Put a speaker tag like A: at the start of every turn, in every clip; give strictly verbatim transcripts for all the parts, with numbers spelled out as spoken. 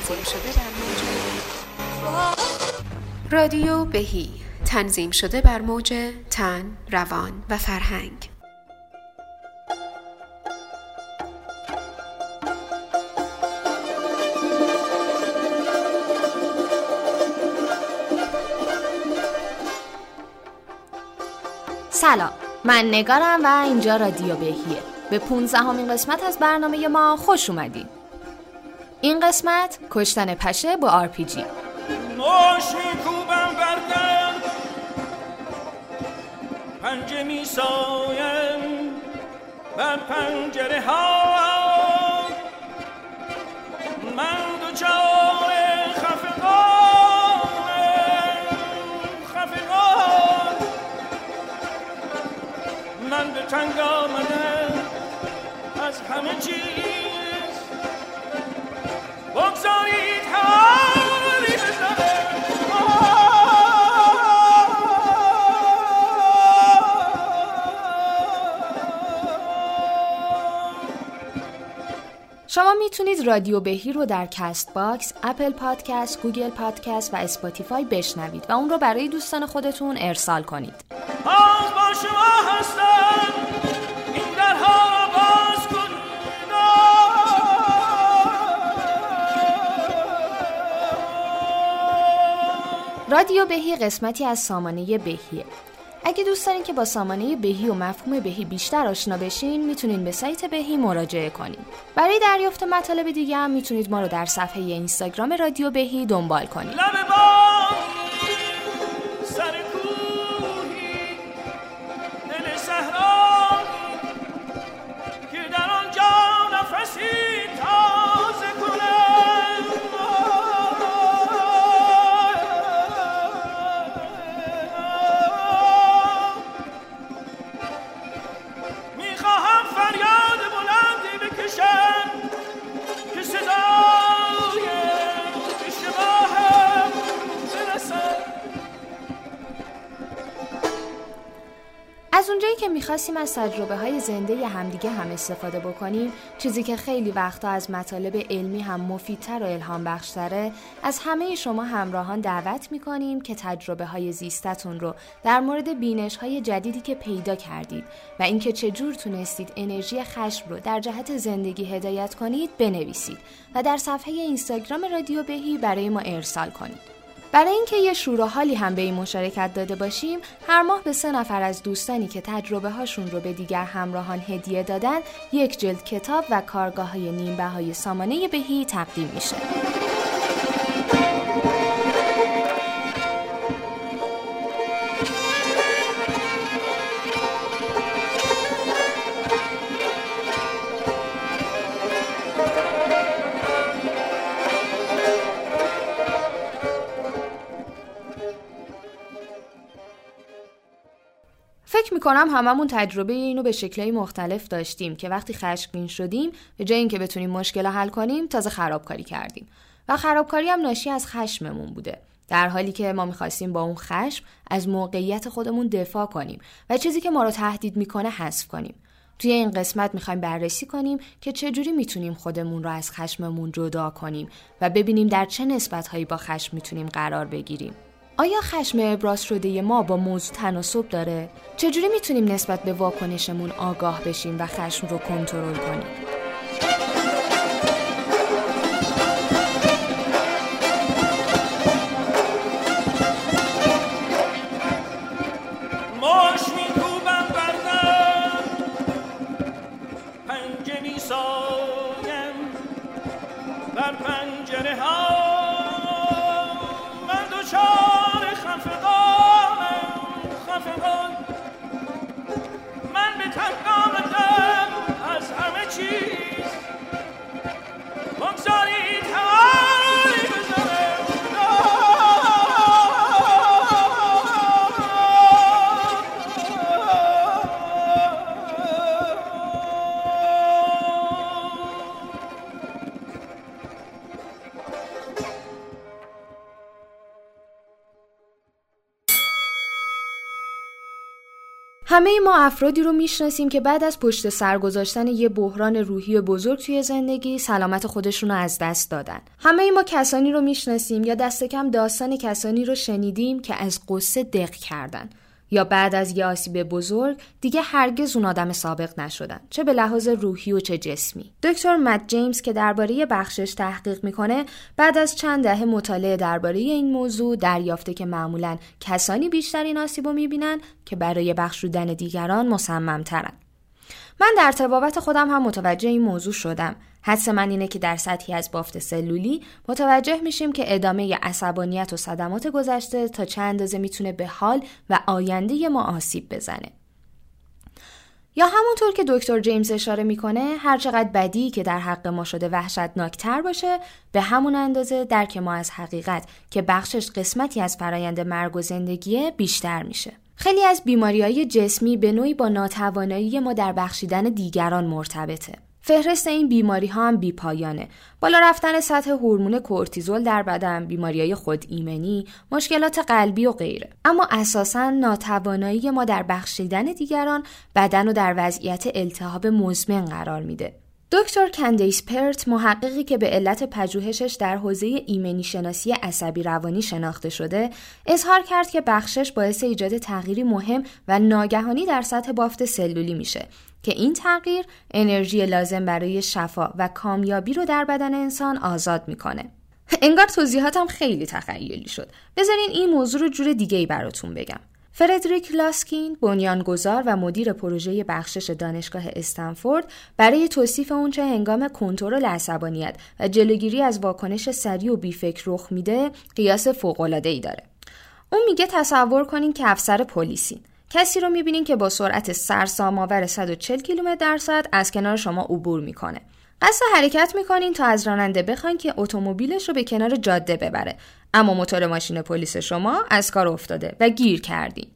A: تنظیم شده بر موج رادیو بهی، تنظیم شده بر موج تن، روان و فرهنگ.
B: سلام، من نگارم و اینجا رادیو بهیه. به پونزدهمین قسمت از برنامه ما خوش اومدین. این قسمت کشتن پشه با آر پی جی.
C: ماشی کوبم بردم پنجه می سایم بر پنجره ها، من دو چار خفقان خفقان من به تنگ آمدم از همه چیز، بگذارید حالی بزنم.
B: شما میتونید رادیو بهی رو در کست باکس، اپل پادکست، گوگل پادکست و اسپاتیفای بشنوید و اون رو برای دوستان خودتون ارسال کنید.
C: آن با شما هستم، این درها را باز کنید.
B: رادیو بهی قسمتی از سامانه بهیه. اگه دوست دارین که با سامانه بهی و مفهوم بهی بیشتر آشنا بشین، میتونین به سایت بهی مراجعه کنین. برای دریافت مطالب دیگه هم میتونید ما رو در صفحه اینستاگرام رادیو بهی دنبال کنید.
C: لب بانی سر کوهی دل صحرایی که در آنجا نفسی تازه کنم. میخواهم فریاد بلندی بکشم که صدای به شما هم برسد.
B: از اونجایی که میخواستیم از تجربه های زنده همدیگه هم استفاده بکنیم، چیزی که خیلی وقتا از مطالب علمی هم مفیدتر و الهام بخشتره، از همه شما همراهان دعوت میکنیم که تجربه های زیستتون رو در مورد بینش های جدیدی که پیدا کردید و اینکه چجور تونستید انرژی خشم رو در جهت زندگی هدایت کنید بنویسید و در صفحه اینستاگرام رادیو بهی برای ما ارسال کنید. برای اینکه یه شور و حالی هم به این مشارکت داده باشیم، هر ماه به سه نفر از دوستانی که تجربه هاشون رو به دیگر همراهان هدیه دادن، یک جلد کتاب و کارگاه های نیم بهای سامانه بهی تقدیم میشه. فکر میکنم هممون تجربه اینو به شکل‌های مختلف داشتیم که وقتی خشمگین شدیم به جای اینکه بتونیم مشکل حل کنیم تازه خرابکاری کردیم و خرابکاری هم ناشی از خشممون بوده، در حالی که ما میخواستیم با اون خشم از موقعیت خودمون دفاع کنیم و چیزی که ما رو تهدید میکنه حذف کنیم. توی این قسمت میخوایم بررسی کنیم که چجوری میتونیم خودمون رو از خشممون جدا کنیم و ببینیم در چه نسبت‌هایی با خشم میتونیم قرار بگیریم. آیا خشم ابراز شده ما با موضوع تناسب داره؟ چجوری میتونیم نسبت به واکنشمون آگاه بشیم و خشم رو کنترل کنیم؟
C: ماش میکوبم بردم پنجه میسایم بر پنجره ها، من دو چار خفقانم خفقان من به تنگ آمدم از همه چیز، بگذارید حالی بزنم.
B: همه ما افرادی رو میشناسیم که بعد از پشت سر گذاشتن یه بحران روحی بزرگ توی زندگی سلامت خودشون رو از دست دادن. همه ما کسانی رو میشناسیم یا دست کم داستان کسانی رو شنیدیم که از قصه دق کردن یا بعد از یه آسیب بزرگ دیگه هرگز اون آدم سابق نشدن، چه به لحاظ روحی و چه جسمی. دکتر مت جیمز که درباره بخشش تحقیق میکنه، بعد از چند دهه مطالعه درباره این موضوع دریافته که معمولاً کسانی بیشتر این آسیبو میبینن که برای بخشودن دیگران مصمم‌ترن. من در تبابت خودم هم متوجه این موضوع شدم. حدس من اینه که در سطحی از بافت سلولی متوجه میشیم که ادامه عصبانیت و صدمات گذشته تا چند اندازه میتونه به حال و آینده ما آسیب بزنه. یا همونطور که دکتر جیمز اشاره میکنه، هر چقدر بدی که در حق ما شده وحشتناکتر باشه، به همون اندازه درک ما از حقیقت که بخشش قسمتی از فرایند مرگ و زندگیه بیشتر میشه. خیلی از بیماری‌های جسمی به نوعی با ناتوانایی ما در بخشیدن دیگران مرتبطه. فهرست این بیماری ها هم بی‌پایانه. بالا رفتن سطح هورمون کورتیزول در بدن، بیماری‌های خود ایمنی، مشکلات قلبی و غیره. اما اساساً ناتوانایی ما در بخشیدن دیگران بدن رو در وضعیت التهاب مزمن قرار میده. دکتر کندیس پرت، محققی که به علت پژوهشش در حوزه ایمنی شناسی عصبی روانی شناخته شده، اظهار کرد که بخشش باعث ایجاد تغییری مهم و ناگهانی در سطح بافت سلولی میشه که این تغییر انرژی لازم برای شفا و کامیابی رو در بدن انسان آزاد میکنه. انگار توضیحاتم خیلی تخیلی شد. بذارین این موضوع رو جور دیگه‌ای براتون بگم. فردریک لاسکین، بنیانگذار و مدیر پروژه بخشش دانشگاه استنفورد، برای توصیف اونچه هنگام کنترل عصبانیت و جلوگیری از واکنش سریع و بیفکر رخ میده، قیاس فوق‌العاده‌ای داره. اون میگه تصور کنین که افسر پلیسین. کسی رو میبینین که با سرعت سرسام‌آور صد و چهل کیلومتر در ساعت از کنار شما عبور میکنه. قصد حرکت میکنین تا از راننده بخواین که اتومبیلش رو به کنار جاده ببره، اما موتور ماشین پلیس شما از کار افتاده و گیر کردین.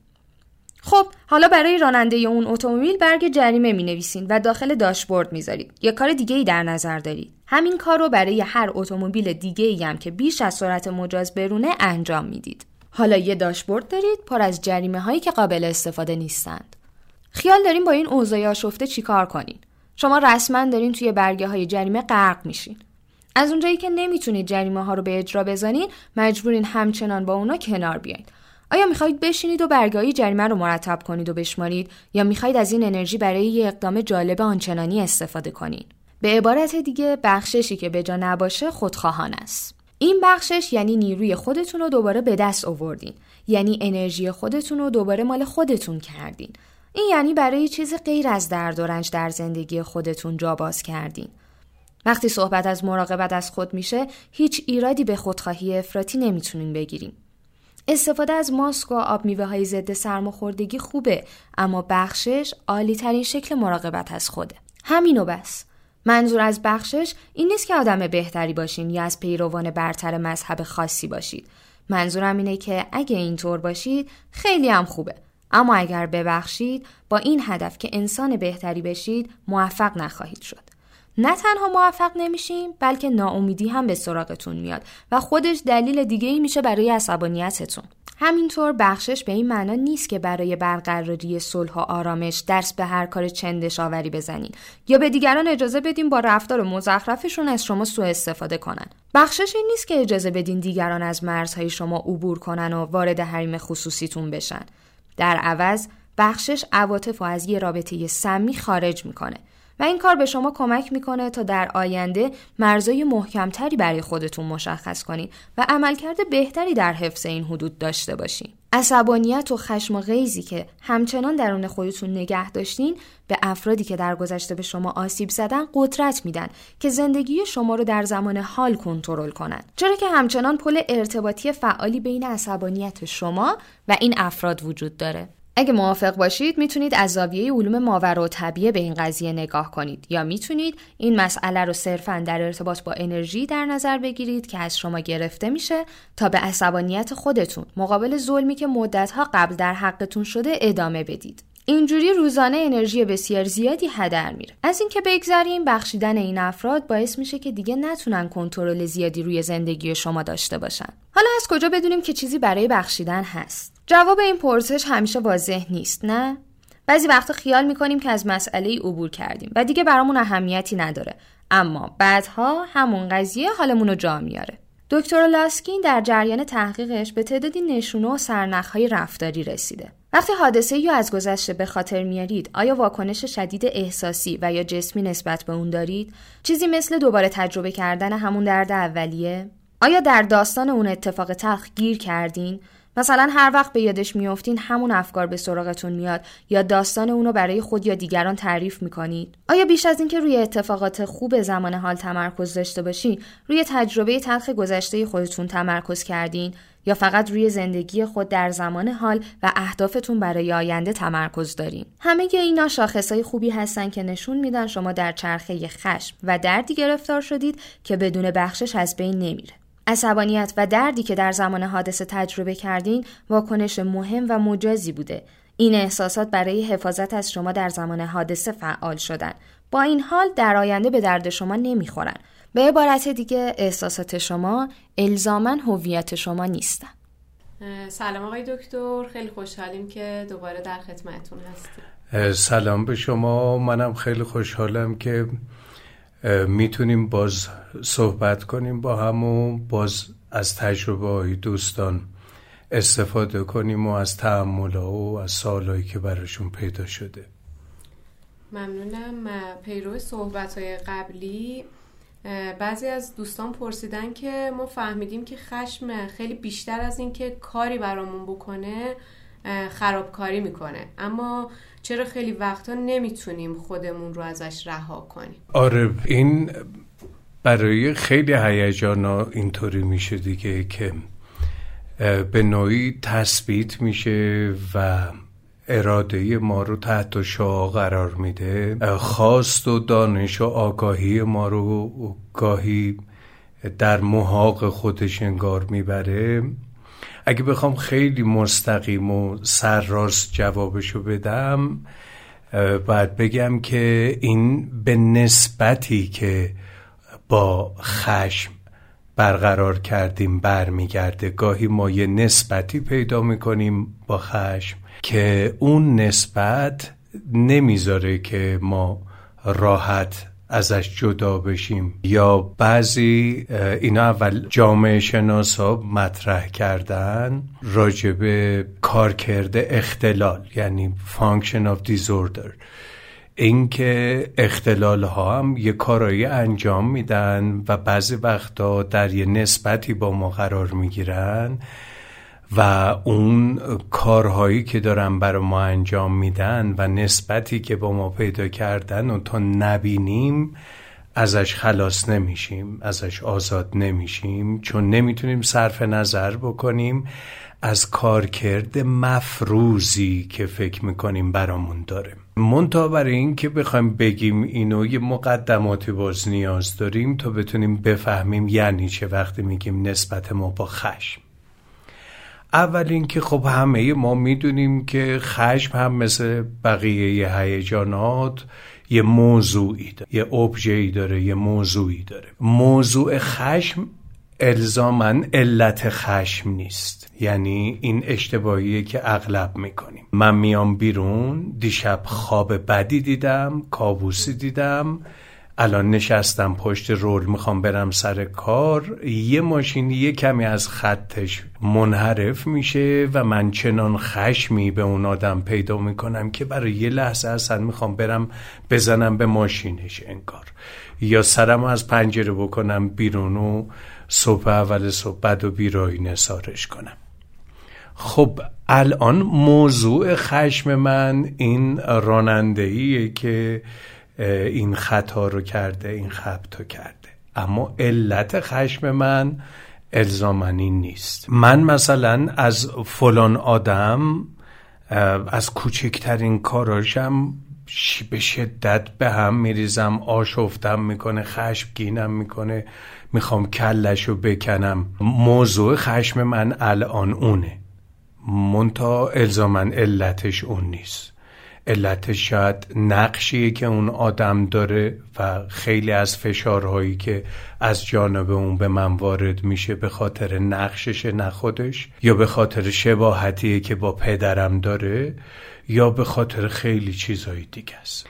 B: خب حالا برای راننده اون اتومبیل برگ جریمه مینویسین و داخل داشبورد میذارید. یا کار دیگه‌ای در نظر دارید؟ همین کار رو برای هر اتومبیل دیگه‌ای هم که بیش از سرعت مجاز برونه انجام میدید. حالا یه داشبورد دارید پر از جریمه هایی که قابل استفاده نیستند. خیال دارین با این اوضاع آشفته چیکار کنین؟ شما رسما دارین توی برگه های جریمه غرق میشین. از اونجایی که نمیتونید جریمه ها رو به اجرا بزنین، مجبورین همچنان با اونا کنار بیاین. آیا میخواید بشینید و برگه های جریمه رو مرتب کنید و بشمارید، یا میخواید از این انرژی برای یه اقدام جالب آنچنانی استفاده کنین؟ به عبارت دیگه، بخششی که به جا نباشه خودخواهانه است. این بخشش یعنی نیروی خودتون رو دوباره به دست آوردین، یعنی انرژی خودتون رو دوباره مال خودتون کردین. این یعنی برای چیز غیر از درد و رنج در زندگی خودتون جا باز کردین. وقتی صحبت از مراقبت از خود میشه، هیچ ایرادی به خودخواهی افراطی نمیتونین بگیرین. استفاده از ماسک و آب میوه های ضد سرماخوردگی خوبه، اما بخشش عالی ترین شکل مراقبت از خوده. همینو بس. منظور از بخشش این نیست که آدم بهتری باشین یا از پیروان برتر مذهب خاصی باشید. منظورم اینه که اگه اینطور باشید خیلی هم خوبه. اما اگر ببخشید، با این هدف که انسان بهتری بشید، موفق نخواهید شد. نه تنها موفق نمیشیم، بلکه ناامیدی هم به سراغتون میاد و خودش دلیل دیگه‌ای میشه برای عصبانیتتون. همینطور بخشش به این معنا نیست که برای برقراری صلح و آرامش درس به هر کار چندش آوری بزنین یا به دیگران اجازه بدین با رفتار مزخرفشون از شما سوء استفاده کنن. بخشش این نیست که اجازه بدین دیگران از مرزهای شما عبور کنن و وارد حریم خصوصیتون بشن. در عوض بخشش عواطف رو از یه رابطه سمی خارج میکنه و این کار به شما کمک میکنه تا در آینده مرزهای محکمتری برای خودتون مشخص کنین و عملکرد بهتری در حفظ این حدود داشته باشین. عصبانیت و خشم و غیظی که همچنان درون خودتون نگه داشتین به افرادی که در گذشته به شما آسیب زدن قدرت میدن که زندگی شما رو در زمان حال کنترل کنن، چرا که همچنان پل ارتباطی فعالی بین عصبانیت شما و این افراد وجود داره. اگه موافق باشید میتونید از زاویه علوم ماورالطبیعه به این قضیه نگاه کنید، یا میتونید این مسئله رو صرفاً در ارتباط با انرژی در نظر بگیرید که از شما گرفته میشه تا به عصبانیت خودتون مقابل ظلمی که مدتها قبل در حقتون شده ادامه بدید. اینجوری روزانه انرژی بسیار زیادی هدر میره. از این که بگذریم، بخشیدن این افراد باعث میشه که دیگه نتونن کنترل زیادی روی زندگی شما داشته باشن. حالا از کجا بدونیم که چیزی برای بخشیدن هست؟ جواب این پرسش همیشه واضح نیست، نه؟ بعضی وقتا خیال میکنیم که از مسئله عبور کردیم و دیگه برامون اهمیتی نداره، اما بعدها همون قضیه حالمون رو جا میاره. دکتر لاسکین در جریان تحقیقش به تعدادی نشونه و سرنخ‌های رفتاری رسیده. وقتی حادثه‌ای رو از گذشته به خاطر میارید، آیا واکنش شدید احساسی و یا جسمی نسبت به اون دارید؟ چیزی مثل دوباره تجربه کردن همون درد اولیه؟ آیا در داستان اون اتفاق تلخ گیر کردین؟ مثلا هر وقت به یادش میافتین همون افکار به سراغتون میاد یا داستان اونو برای خود یا دیگران تعریف میکنید؟ آیا بیش از این که روی اتفاقات خوب زمان حال تمرکز داشته باشین، روی تجربه تلخ گذشته خودتون تمرکز کردین یا فقط روی زندگی خود در زمان حال و اهدافتون برای آینده تمرکز دارین؟ همه اینا شاخصهای خوبی هستن که نشون میدن شما در چرخه خشم و دردی گرفتار شدید که بدون بخشش از بین نمیره. عصبانیت و دردی که در زمان حادثه تجربه کردین واکنش مهم و مجازی بوده. این احساسات برای حفاظت از شما در زمان حادثه فعال شدن. با این حال در آینده به درد شما نمیخورن. به عبارت دیگه احساسات شما الزاماً هویت شما نیستن.
D: سلام آقای دکتر، خیلی خوشحالیم که دوباره در خدمتتون هستیم.
E: سلام به شما، منم خیلی خوشحالم که میتونیم باز صحبت کنیم با هم و باز از تجربه های دوستان استفاده کنیم و از تأمل‌ها و از سوالایی که براشون پیدا شده.
D: ممنونم. پیرو صحبت‌های قبلی بعضی از دوستان پرسیدن که ما فهمیدیم که خشم خیلی بیشتر از این که کاری برامون بکنه خرابکاری میکنه، اما چرا خیلی وقتا نمیتونیم خودمون رو ازش رها کنیم؟
E: آره، این برای خیلی هیجانا اینطوری میشه دیگه که به نوعی تثبیت میشه و اراده ما رو تحت شعاع قرار میده، خواست و دانش و آگاهی ما رو گاهی در محاق خودش انگار میبره. اگه بخوام خیلی مستقیم و سرراست جوابشو بدم، باید بگم که این به نسبتی که با خشم برقرار کردیم برمیگرده. گاهی ما یه نسبتی پیدا میکنیم با خشم که اون نسبت نمیذاره که ما راحت ازش جدا بشیم، یا بعضی اینا اول جامعه شناسا مطرح کردن راجب کارکرد اختلال، یعنی function of disorder، این که اختلال ها هم یه کارایی انجام میدن و بعضی وقتا در یه نسبتی با ما قرار میگیرن و اون کارهایی که دارن برای ما انجام میدن و نسبتی که با ما پیدا کردن و تا نبینیم ازش خلاص نمیشیم، ازش آزاد نمیشیم، چون نمیتونیم صرف نظر بکنیم از کارکرد مفروضی که فکر میکنیم برامون داره. منتها برای این که بخوایم بگیم اینو یه مقدماتی باز نیاز داریم تا بتونیم بفهمیم یعنی چه وقتی میگیم نسبت ما با خشم. اول این که خب همه ما میدونیم که خشم هم مثل بقیه هیجانات یه موضوعی داره، یه ابژه‌ای داره، یه موضوعی داره. موضوع خشم الزاماً علت خشم نیست، یعنی این اشتباهیه که اغلب میکنیم. من میام بیرون، دیشب خواب بدی دیدم، کابوسی دیدم، الان نشستم پشت رول میخوام برم سر کار، یه ماشین یه کمی از خطش منحرف میشه و من چنان خشمی به اون آدم پیدا میکنم که برای یه لحظه اصلا میخوام برم بزنم به ماشینش انگار، یا سرم از پنجره بکنم بیرون و صبح اول صبح بد و بیرایی نثارش کنم. خب الان موضوع خشم من این رانندهیه که این خطا رو کرده، این خبطو کرده، اما علت خشم من الزاماً نیست. من مثلا از فلان آدم از کوچکترین کاراشم به شدت به هم میریزم، آشفتم میکنه، خشمگینم میکنه، میخوام کلشو بکنم. موضوع خشم من الان اونه، منتها الزاماً علتش اون نیست. علتش شاید نقشیه که اون آدم داره و خیلی از فشارهایی که از جانب اون به من وارد میشه به خاطر نقششه نه خودش، یا به خاطر شباهتیه که با پدرم داره، یا به خاطر خیلی چیزهای دیگه است.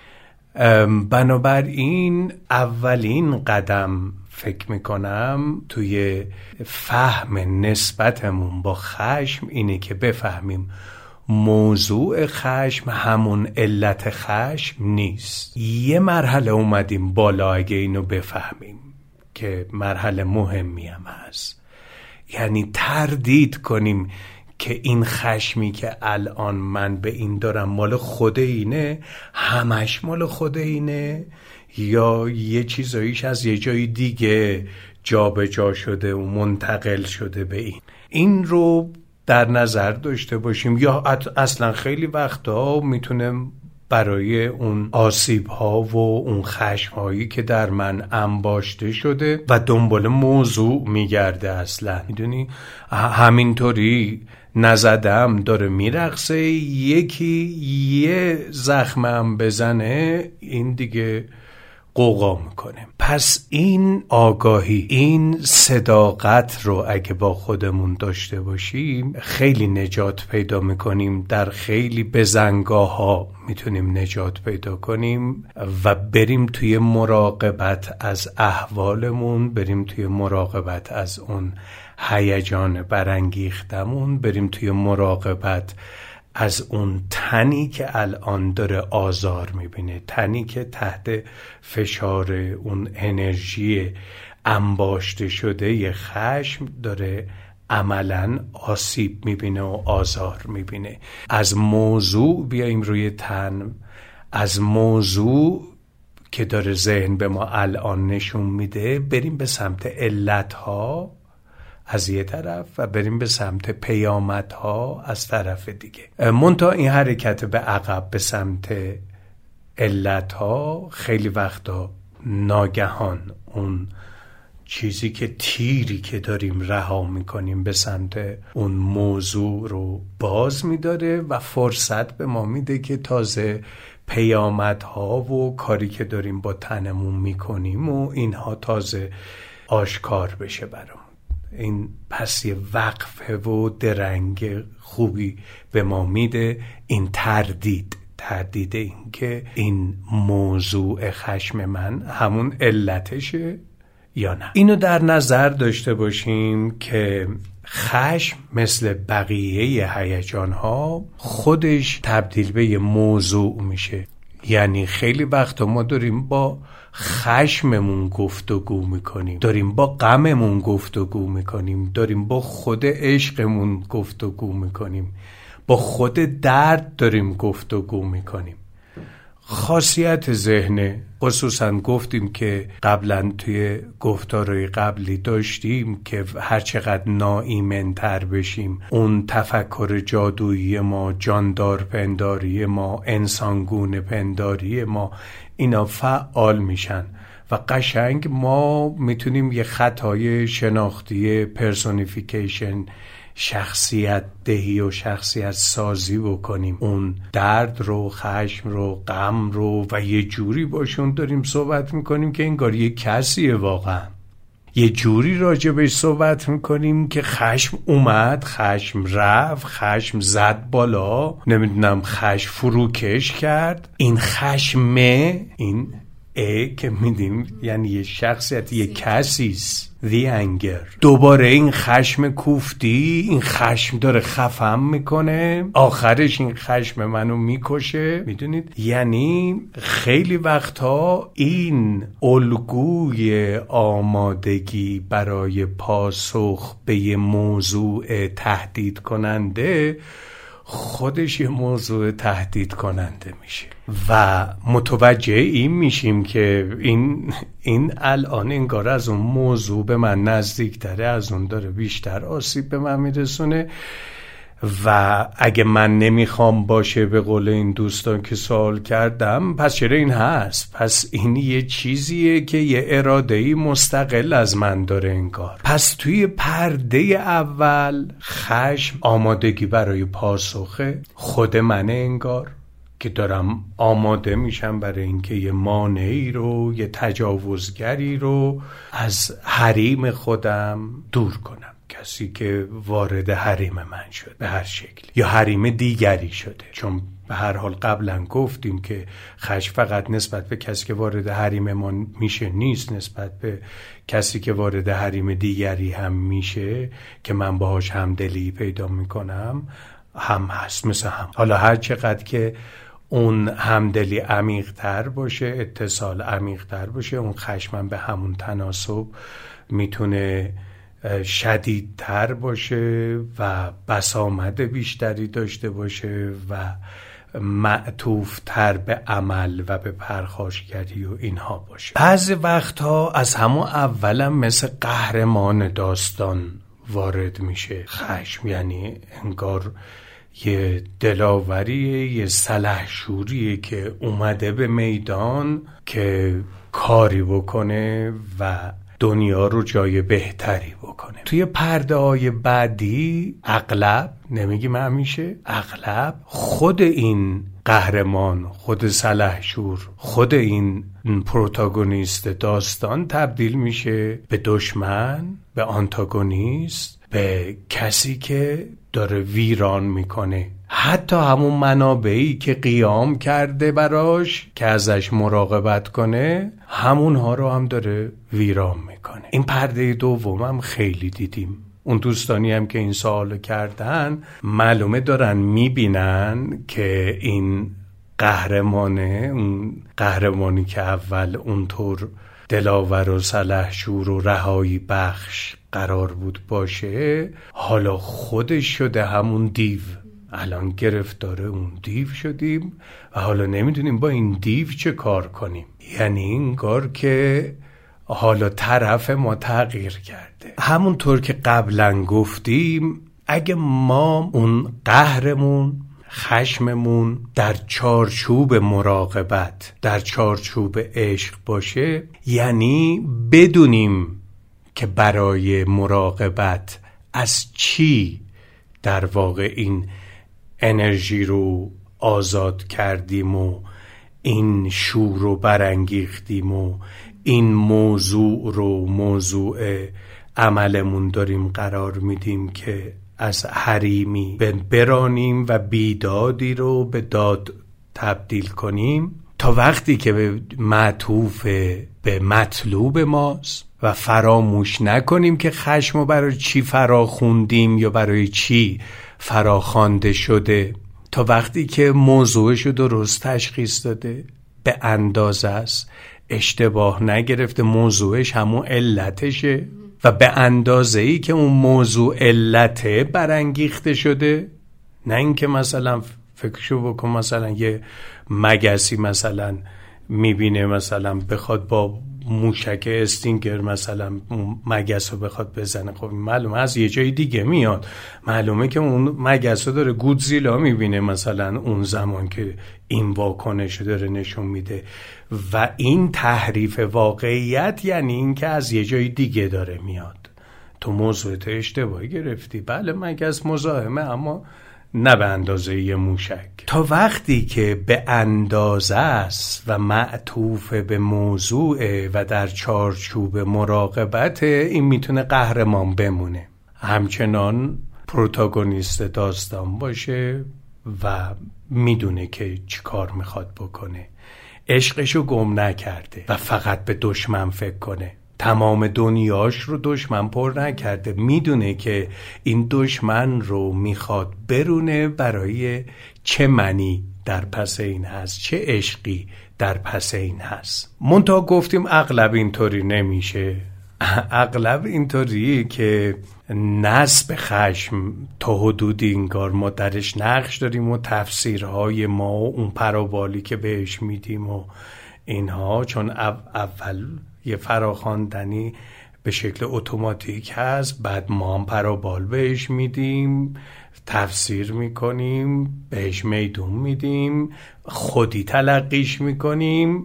E: بنابراین اولین قدم فکر میکنم توی فهم نسبتمون با خشم اینه که بفهمیم موضوع خشم همون علت خشم نیست. یه مرحله اومدیم بالا اگه اینو بفهمیم که مرحله مهمی هم هست، یعنی تردید کنیم که این خشمی که الان من به این دارم مال خود اینه، همش مال خود اینه، یا یه چیزاییش از یه جای دیگه جا به جا شده و منتقل شده به این. این رو در نظر داشته باشیم. یا اصلا خیلی وقتا میتونه برای اون آسیب ها و اون خشم هایی که در من انباشته شده و دنبال موضوع میگرده، اصلا میدونی همینطوری نزدم داره میرقصه، یکی یه زخمم بزنه این دیگه قوقا میکنه. پس این آگاهی، این صداقت رو اگه با خودمون داشته باشیم خیلی نجات پیدا میکنیم، در خیلی بزنگاه ها میتونیم نجات پیدا کنیم و بریم توی مراقبت از احوالمون، بریم توی مراقبت از اون هیجان برانگیختمون، بریم توی مراقبت از اون تنی که الان داره آزار میبینه، تنی که تحت فشار اون انرژی انباشته شده ی خشم داره عملاً آسیب میبینه و آزار میبینه. از موضوع بیاییم روی تن، از موضوع که داره ذهن به ما الان نشون میده بریم به سمت علتها از یه طرف و بریم به سمت پیامدها از طرف دیگه. منتها این حرکت به عقب به سمت علتها خیلی وقتا ناگهان اون چیزی که تیری که داریم رها میکنیم به سمت اون موضوع رو باز میداره و فرصت به ما میده که تازه پیامدها و کاری که داریم با تنمون میکنیم و اینها تازه آشکار بشه برام. این پس یه وقفه و درنگ خوبی به ما میده. این تردید تردید این که این موضوع خشم من همون علتشه یا نه. اینو در نظر داشته باشیم که خشم مثل بقیه هیجان‌ها خودش تبدیل به یه موضوع میشه. یعنی خیلی وقتا ما داریم با خشممون گفتگو میکنیم، داریم با غممون گفتگو میکنیم، داریم با خود عشقمون گفتگو میکنیم، با خود درد داریم گفتگو میکنیم. خاصیت ذهنه، خصوصا گفتیم که قبلا توی گفتارهای قبلی داشتیم که هر چقدر ناایمن‌تر بشیم اون تفکر جادویی ما، جاندار پنداری ما، انسانگونه پنداری ما اینا فعال میشن و قشنگ ما میتونیم یه خطای شناختی پرسونیفیکیشن، شخصیت دهی و شخصیت سازی بکنیم. اون درد رو، خشم رو، غم رو و یه جوری باشون داریم صحبت میکنیم که انگار یه کسیه، واقعا یه جوری راجبش صحبت میکنیم که خشم اومد، خشم رفت، خشم زد بالا، نمیدونم خشم فروکش کرد. این خشمه، این ای که میدیم یعنی یه شخصیت، یه کسیست. The anger. دوباره این خشم کوفتی، این خشم داره خفم میکنه، آخرش این خشم منو میکشه. میدونید یعنی خیلی وقتها این الگوی آمادگی برای پاسخ به یه موضوع تهدید کننده خودش یه موضوع تهدید کننده میشه و متوجه این میشیم که این این الان انگار از اون موضوع به من نزدیک تره، از اون داره بیشتر آسیب به من میرسونه و اگه من نمیخوام باشه، به قول این دوستان که سوال کردم، پس چرا این هست؟ پس این یه چیزیه که یه ارادهی مستقل از من داره انگار. پس توی پرده اول خشم آمادگی برای پاسخه، خود منه انگار، که دارم آماده میشم برای اینکه یه مانعی رو، یه تجاوزگری رو از حریم خودم دور کنم. کسی که وارد حریم من شد به هر شکل یا حریم دیگری شده، چون به هر حال قبلا گفتیم که خشم فقط نسبت به کسی که وارد حریم ما میشه نیست، نسبت به کسی که وارد حریم دیگری هم میشه که من باهاش همدلی پیدا میکنم هم هست مثل هم. حالا هر چقدر که اون همدلی عمیق تر باشه، اتصال عمیق تر باشه، اون خشمم به همون تناسب میتونه شدیدتر باشه و بسامد بیشتری داشته باشه و معطوف تر به عمل و به پرخاشگری و اینها باشه. بعضی وقتها از همون اولم مثل قهرمان داستان وارد میشه خشم، یعنی انگار یه دلاوریه، یه سلحشوریه که اومده به میدان که کاری بکنه و دنیا رو جای بهتری بکنه. توی پرده های بعدی اغلب، نمیگیم همیشه، اغلب خود این قهرمان، خود سلحشور، خود این پروتاگونیست داستان تبدیل میشه به دشمن، به آنتاگونیست، به کسی که داره ویران میکنه. حتی همون منابعی که قیام کرده براش که ازش مراقبت کنه، همونها رو هم داره ویران میکنه. این پرده دوم هم خیلی دیدیم. اون دوستانی هم که این سوالو کردن معلومه دارن میبینن که این قهرمانه، اون قهرمانی که اول اونطور دلاور و سلحشور و رهایی بخش قرار بود باشه، حالا خودش شده همون دیو. الان گرفتار اون دیو شدیم و حالا نمیدونیم با این دیو چه کار کنیم. یعنی این کار که حالا طرف ما تغییر کرده. همونطور که قبلا گفتیم، اگه ما اون قهرمون، خشممون در چارچوب مراقبت، در چارچوب عشق باشه، یعنی بدونیم که برای مراقبت از چی در واقع این انرژی رو آزاد کردیم و این شور رو برانگیختیم و این موضوع رو موضوع عملمون داریم قرار میدیم که از حریمی برانیم و بیدادی رو به داد تبدیل کنیم، تا وقتی که به معطوف به مطلوب ماست و فراموش نکنیم که خشم رو برای چی فراخوندیم یا برای چی فراخوانده شده، تا وقتی که موضوعش رو درست تشخیص داده، به اندازه است، اشتباه نگرفته، موضوعش همون علتشه و به اندازه‌ای که اون موضوع علته برانگیخته شده. نه اینکه مثلا فکرشو بکن مثلا یه مگسی مثلا میبینه مثلا بخواد با موشک استینگر مثلا مگس رو بخواد بزنه، خب معلومه از یه جای دیگه میاد. معلومه که اون مگس رو داره گودزیلا میبینه مثلا اون زمان که این واکنش داره نشون میده و این تحریف واقعیت یعنی این که از یه جای دیگه داره میاد. تو موضوعت اشتباهی گرفتی. بله مگس مزاحمه اما نه به اندازه یه موشک. تا وقتی که به اندازه است و معطوف به موضوع و در چارچوب مراقبت، این میتونه قهرمان بمونه، همچنان پروتاگونیست داستان باشه و میدونه که چی کار میخواد بکنه، عشقشو گم نکرده و فقط به دشمن فکر کنه، تمام دنیاش رو دشمن پر نکرده، میدونه که این دشمن رو میخواد برونه برای چه منی در پس این هست، چه عشقی در پس این هست. منتها گفتیم اغلب اینطوری نمیشه. اغلب اینطوریه که نسب خشم تا حدودی انگار ما درش نقش داریم و تفسیرهای ما و اون پروبالی که بهش میدیم و اینها، چون اول یه فراخواندنی به شکل اتوماتیک هست، بعد ما هم پروبال بهش میدیم، تفسیر میکنیم، بهش میدون میدیم، خودی تلقیش میکنیم.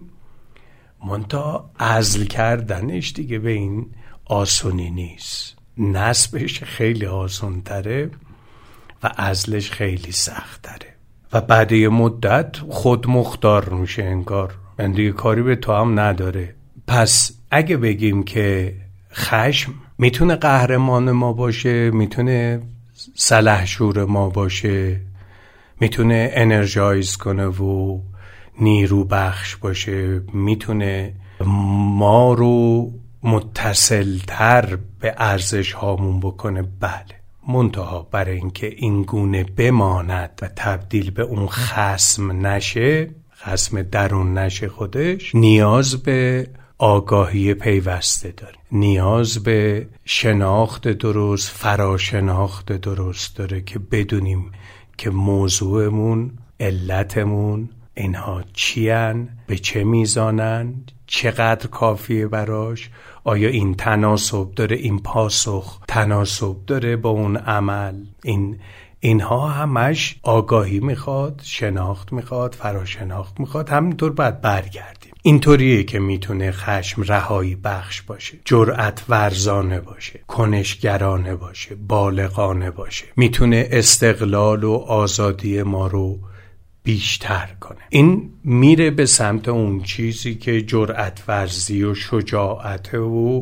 E: منتها عزل کردنش دیگه به این آسونی نیست. نسبش خیلی آسون تره و عزلش خیلی سخت تره و بعد یه مدت خود مختار میشه انگار، من دیگه کاری به تو هم نداره. پس اگه بگیم که خشم میتونه قهرمان ما باشه، میتونه سلحشور ما باشه، میتونه انرژایز کنه و نیرو بخش باشه، میتونه ما رو متصل‌تر به ارزش هامون بکنه، بله. منتها برای اینکه این گونه بماند و تبدیل به اون خصم نشه، خصم درون نشه خودش، نیاز به آگاهی پیوسته داره، نیاز به شناخت درست، فراشناخت درست داره که بدونیم که موضوعمون، علتمون اینها چیان، به چه میزانن، چقدر کافیه براش، آیا این تناسب داره، این پاسخ تناسب داره با اون عمل. این اینها همش آگاهی میخواد، شناخت میخواد، فراشناخت میخواد. همینطور باید برگردیم. اینطوریه که میتونه خشم رهایی بخش باشه، جرأت ورزانه باشه، کنشگرانه باشه، بالغانه باشه، میتونه استقلال و آزادی ما رو بیشتر کنه. این میره به سمت اون چیزی که جرأت ورزی و شجاعت و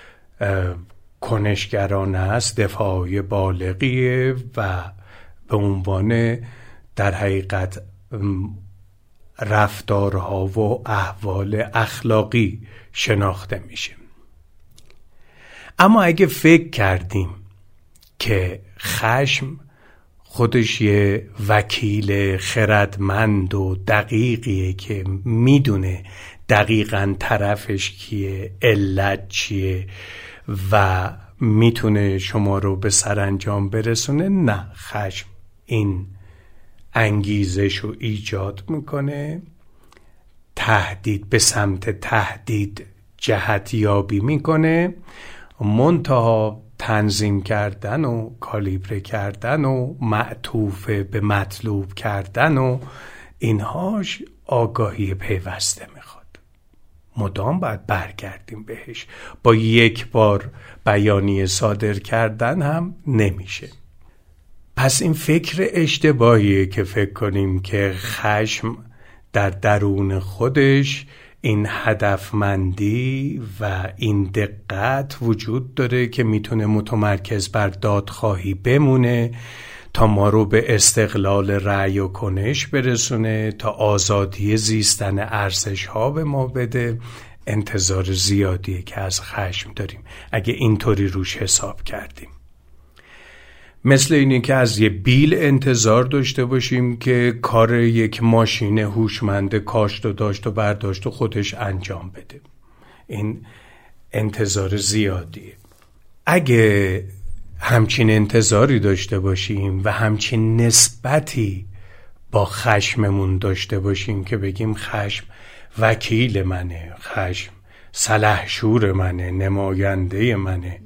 E: کنشگرانه است، دفاعی بالغیه و به عنوان در حقیقت رفتارها و احوال اخلاقی شناخته میشه. اما اگه فکر کردیم که خشم خودش یه وکیل خردمند و دقیقیه که میدونه دقیقاً طرفش کیه، علت چیه و میتونه شما رو به سرانجام برسونه، نه، خشم این انگیزش رو ایجاد میکنه، تهدید به سمت تهدید جهت یابی میکنه، منتها تنظیم کردن و کالیبره کردن و معطوف به مطلوب کردن و اینهاش آگاهی پیوسته میخواد. مدام باید برگردیم بهش. با یک بار بیانیه صادر کردن هم نمیشه. پس این فکر اشتباهیه که فکر کنیم که خشم در درون خودش این هدفمندی و این دقت وجود داره که میتونه متمرکز بر دادخواهی بمونه تا ما رو به استقلال رأی و کنش برسونه، تا آزادی زیستن ارزش ها به ما بده. انتظار زیادیه که از خشم داریم اگه اینطوری روش حساب کردیم. مثل اینه که از یه بیل انتظار داشته باشیم که کار یک ماشین هوشمند کاشت و داشت و برداشت و خودش انجام بده. این انتظار زیادیه. اگه همچین انتظاری داشته باشیم و همچین نسبتی با خشممون داشته باشیم که بگیم خشم وکیل منه، خشم سلحشور منه، نماینده منه،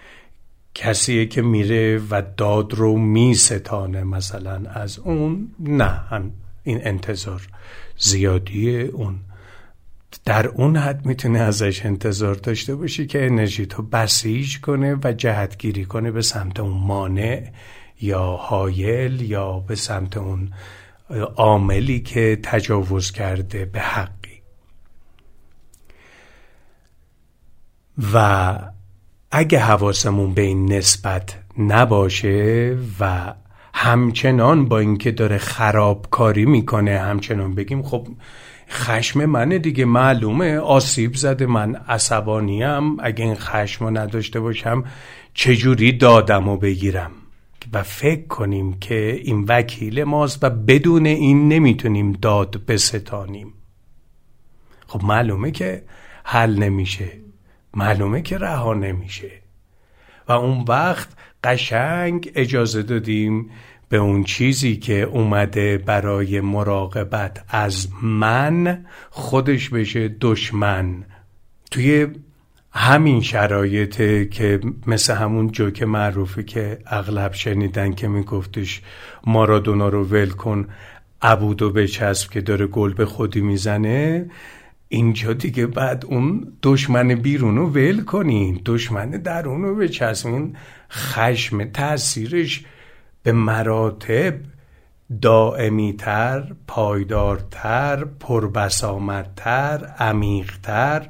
E: کسیه که میره و داد رو میستانه مثلا از اون، نه، هم این انتظار زیادیه. اون در اون حد میتونه ازش انتظار داشته باشی که انرژی تو بسیج کنه و جهتگیری کنه به سمت اون مانع یا حایل یا به سمت اون عاملی که تجاوز کرده به حقی. و اگه حواسمون به این نسبت نباشه و همچنان با اینکه داره خرابکاری میکنه همچنان بگیم خب خشم منه دیگه، معلومه آسیب زده، من عصبانیم، اگه این خشم رو نداشته باشم چجوری دادمو بگیرم، و فکر کنیم که این وکیل ماست و بدون این نمیتونیم داد بستانیم، خب معلومه که حل نمیشه، معلومه که رها نمیشه. و اون وقت قشنگ اجازه دادیم به اون چیزی که اومده برای مراقبت از من خودش بشه دشمن. توی همین شرایطه که مثل همون جوک معروفی که اغلب شنیدن که میگفتش مارادونا رو ول کن عبودو بچسب که داره گل به خودی میزنه، اینجا دیگه بعد اون دشمن بیرونو ول کنین، دشمن درونو بچسبین. خشم تأثیرش به مراتب دائمی‌تر، پایدارتر، پربسامدتر، عمیق‌تر.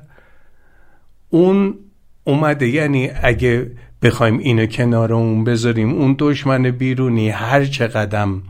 E: اون اومده، یعنی اگه بخوایم اینو کنار اون بذاریم، اون دشمن بیرونی هر چقدر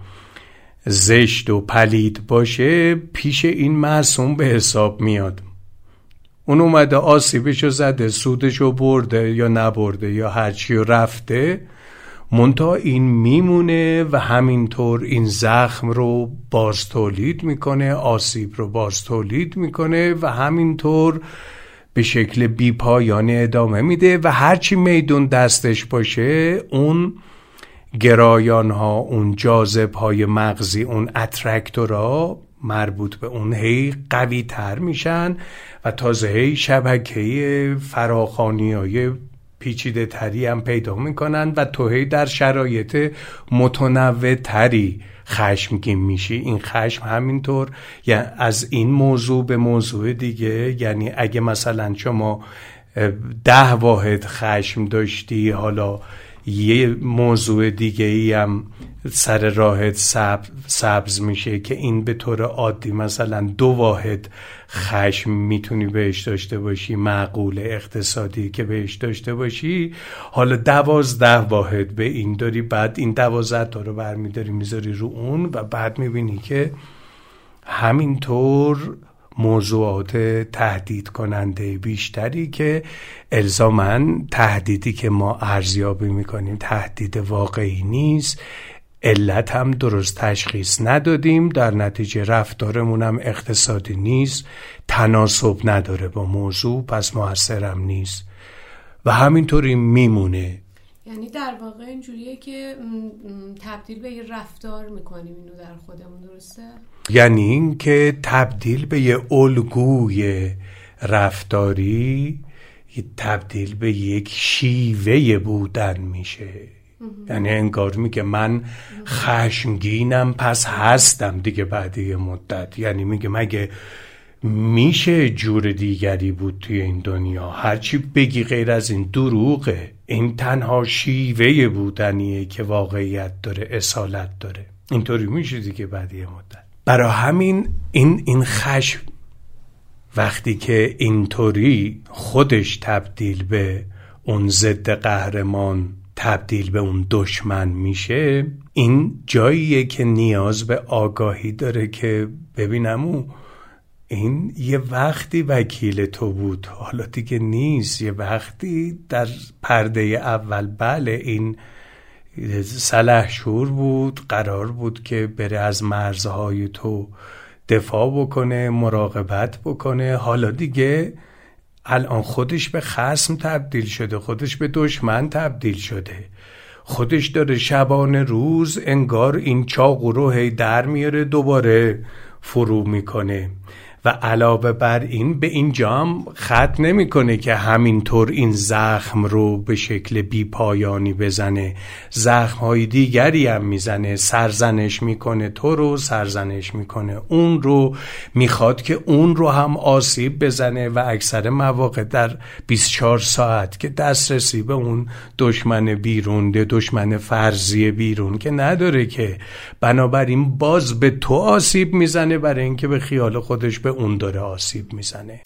E: زشت و پلید باشه پیش این معصوم به حساب میاد. اون اومده آسیبشو زده، سودشو برده یا نبرده یا هرچی رفته، منتها این میمونه و همینطور این زخم رو باز تولید میکنه، آسیب رو باز تولید میکنه و همینطور به شکل بی پایان ادامه میده و هرچی میدون دستش باشه اون گرایان ها، اون جاذب های مغزی، اون اترکتورها مربوط به اون هی قوی تر میشن و تازه هی شبکه فراخوانی های پیچیده تری هم پیدا میکنن و تو هی در شرایط متنوع تری خشمگین میشی. این خشم همینطور یعنی از این موضوع به موضوع دیگه، یعنی اگه مثلا شما ده واحد خشم داشتی، حالا یه موضوع دیگه ای هم سر راهت سب، سبز میشه که این به طور عادی مثلا دو واحد خشم میتونی بهش داشته باشی، معقول اقتصادی که بهش داشته باشی، حالا دوازده واحد به این داری، بعد این دوازده تا رو برمیداری میذاری رو اون و بعد میبینی که همینطور موضوعات تهدید کننده بیشتری که الزاماً تهدیدی که ما ارزیابی میکنیم تهدید واقعی نیست، علت هم درست تشخیص ندادیم، در نتیجه رفتارمون هم اقتصادی نیست، تناسب نداره با موضوع، پس موثرم نیست و همینطوری میمونه.
D: یعنی در واقع اینجوریه که تبدیل به یه رفتار میکنیم اینو در خودمون، درسته؟
E: یعنی این که تبدیل به یه الگوی رفتاری، تبدیل به یک شیوه بودن میشه. یعنی انگار میگه من خشمگینم پس هستم دیگه بعد یه مدت. یعنی میگه مگه میشه جور دیگری بود توی این دنیا؟ هرچی بگی غیر از این دروغه. این تنها شیوه بودنیه که واقعیت داره، اصالت داره. اینطوری میشه دیگه بعد یه مدت. برای همین این این خشم وقتی که اینطوری خودش تبدیل به اون ضد قهرمان، تبدیل به اون دشمن میشه، این جاییه که نیاز به آگاهی داره که ببینم او این یه وقتی وکیل تو بود، حالا دیگه نیست. یه وقتی در پرده اول بله این سلحشور بود، قرار بود که بره از مرزهای تو دفاع بکنه، مراقبت بکنه، حالا دیگه الان خودش به خصم تبدیل شده، خودش به دشمن تبدیل شده، خودش داره شبانه روز انگار این چاقو رو هی در میاره دوباره فرو میکنه و علاوه بر این به این جام خط نمیکنه که همینطور این زخم رو به شکل بی پایانی بزنه، زخم های دیگری هم میزنه، سرزنش میکنه تو رو، سرزنش میکنه اون رو، میخواد که اون رو هم آسیب بزنه و اکثر مواقع در بیست و چهار ساعت که دسترسی به اون دشمن بیرون، دشمن فرضی بیرون که نداره، که بنابراین باز به تو آسیب میزنه برای اینکه به خیال خودش به اون داره آسیب میزنه.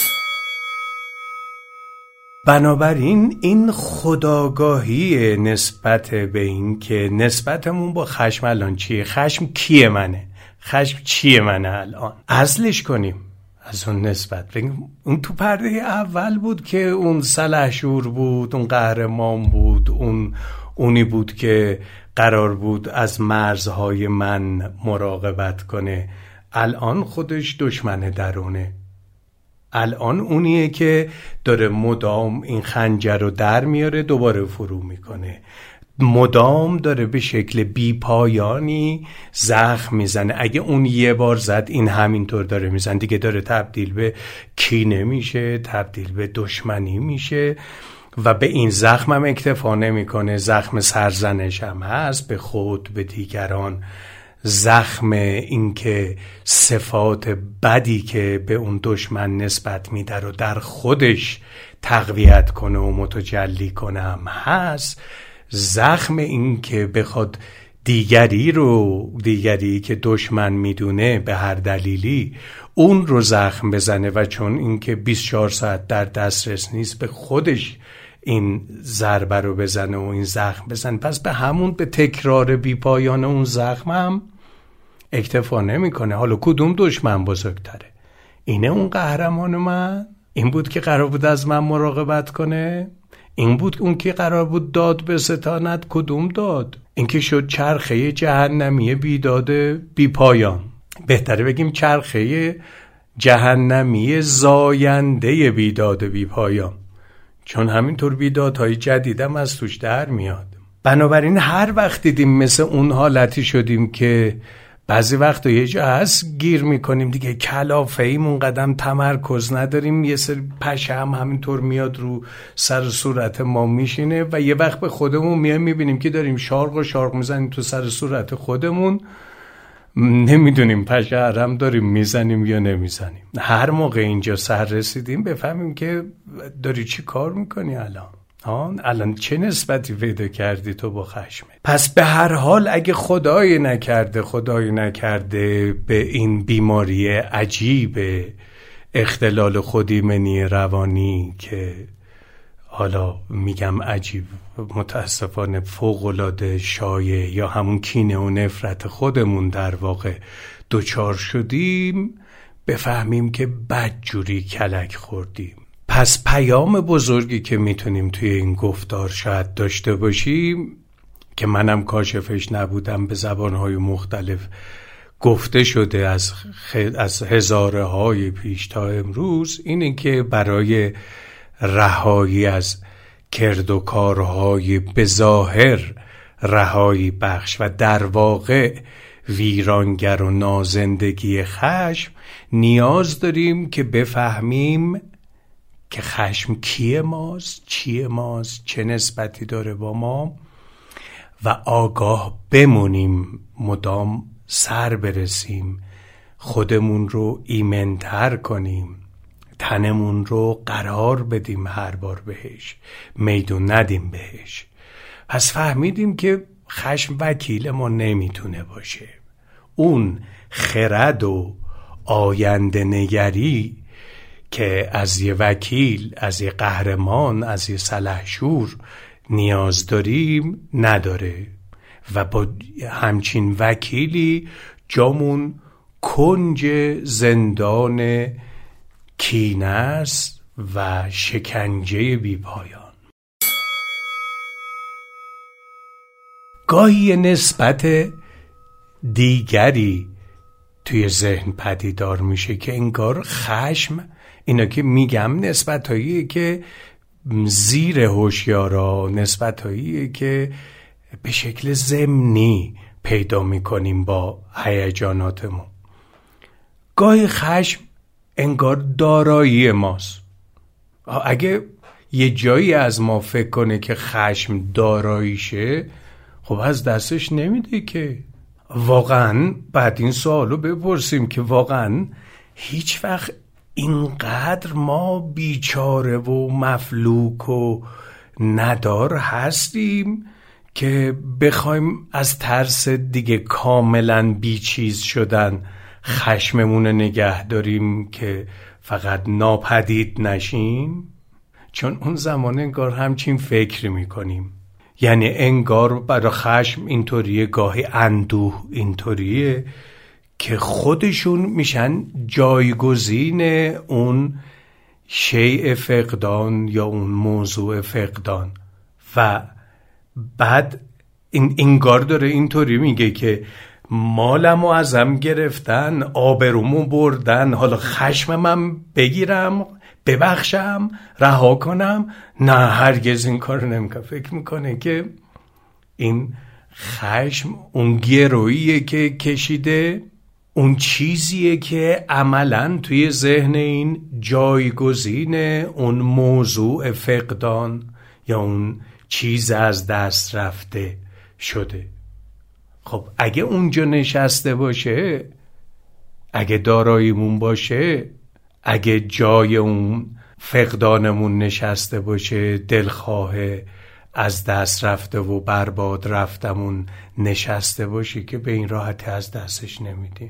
E: بنابراین این خودآگاهی نسبت به این که نسبتمون با خشم الان چیه، خشم کیه منه، خشم چیه منه الان، عزلش کنیم از اون نسبت. اون تو پرده اول بود که اون سلحشور بود، اون قهرمان بود، اون اونی بود که قرار بود از مرزهای من مراقبت کنه. الان خودش دشمن درونه، الان اونیه که داره مدام این خنجر رو در میاره دوباره فرو میکنه، مدام داره به شکل بی پایانی زخم میزنه. اگه اون یه بار زد این همینطور داره میزن دیگه، داره تبدیل به کینه میشه، تبدیل به دشمنی میشه و به این زخم هم اکتفا نمیکنه، زخم سرزنش هم هست به خود، به دیگران، زخم این که صفات بدی که به اون دشمن نسبت میده رو در خودش تقویت کنه و متجلی کنه هم هست، زخم این که بخواد دیگری رو، دیگری که دشمن میدونه به هر دلیلی، اون رو زخم بزنه و چون اینکه بیست و چهار ساعت در دسترس نیست به خودش این ضربه رو بزنه و این زخم بزنه، پس به همون به تکرار بی پایان اون زخم هم اکتفا نمیکنه. حالا کدوم دشمن بزرگتره؟ اینه اون قهرمان من؟ این بود که قرار بود از من مراقبت کنه؟ این بود اون که قرار بود داد به ستاند؟ کدوم داد؟ این که شد چرخه جهنمی بیداد بی پایان. بهتره بگیم چرخه جهنمی زاینده بیداد بی پایان، چون همینطور بیدادهای جدیدم از توش در میاد. بنابراین هر وقت دیدیم مثل اون حالتی شدیم که بعضی وقتا یه جا هست گیر میکنیم دیگه، کلافه ایمون قدم تمرکز نداریم، یه سری پشه هم همینطور میاد رو سر صورت ما میشینه و یه وقت به خودمون میایم میبینیم که داریم شارق و شارق میزنیم تو سر صورت خودمون، نمیدونیم پشه حرم داریم میزنیم یا نمیزنیم. هر موقع اینجا سر رسیدیم بفهمیم که داری چی کار میکنی الان، ها الان چه نسبتی پیدا کردی تو با خشمت. پس به هر حال اگه خدای نکرده خدای نکرده به این بیماری عجیب اختلال خودایمنی روانی که حالا میگم عجیب، متاسفانه فوق‌العاده شایع، یا همون کینه و نفرت خودمون در واقع دوچار شدیم، بفهمیم که بدجوری کلک خوردیم. پس پیام بزرگی که میتونیم توی این گفتار شاید داشته باشیم که منم کاشفش نبودم، به زبانهای مختلف گفته شده از, خ... از هزاره های پیش تا امروز، اینه که برای رهایی از کرد و کارهای بظاهر رهایی بخش و در واقع ویرانگر و نازندگی خشم، نیاز داریم که بفهمیم که خشم کیه ماست، چیه ماست، چه نسبتی داره با ما و آگاه بمونیم، مدام سر برسیم، خودمون رو ایمن‌تر کنیم، تنمون رو قرار بدیم هر بار بهش، میدون ندیم بهش. پس فهمیدیم که خشم وکیل ما نمیتونه باشه. اون خرد و آینده نگری که از یه وکیل، از یه قهرمان، از یه سلحشور نیاز داریم نداره و با همچین وکیلی جامون کنج زندان کینه است و شکنجه بی پایان. گاهی نسبت دیگری توی ذهن پدیدار میشه که انگار خشم، اینا که میگم نسبتایی که زیر هوشیارا، نسبتایی که به شکل ضمنی پیدا میکنیم با هیجاناتمون. گاهی خشم انگار دارایی ماست. اگه یه جایی از ما فکر کنه که خشم داراییشه، خب از دستش نمیده که. واقعا بعد این سوالو بپرسیم که واقعا هیچ وقت اینقدر ما بیچاره و مفلوک و ندار هستیم که بخوایم از ترس دیگه کاملا بیچیز شدن خشممون نگه داریم که فقط ناپدید نشیم؟ چون اون زمان انگار همچین فکر میکنیم. یعنی انگار برای خشم اینطوریه، گاهی اندوه اینطوریه که خودشون میشن جایگزین اون شیء فقدان یا اون موضوع فقدان. و بعد این انگار داره اینطوری میگه که مالمو ازم گرفتن، آبرومو بردن، حالا خشمم بگیرم، ببخشم، رها کنم. نه، هرگز این کار نمیکنه. فکر میکنه که این خشم اون گروییه که کشیده، اون چیزیه که عملاً توی ذهن این جایگزین اون موضوع فقدان یا اون چیز از دست رفته شده. خب اگه اونجا نشسته باشه، اگه داراییمون باشه، اگه جای اون فقدانمون نشسته باشه، دلخواه از دست رفته و برباد رفتمون نشسته باشی که به این راحتی از دستش نمیدیم.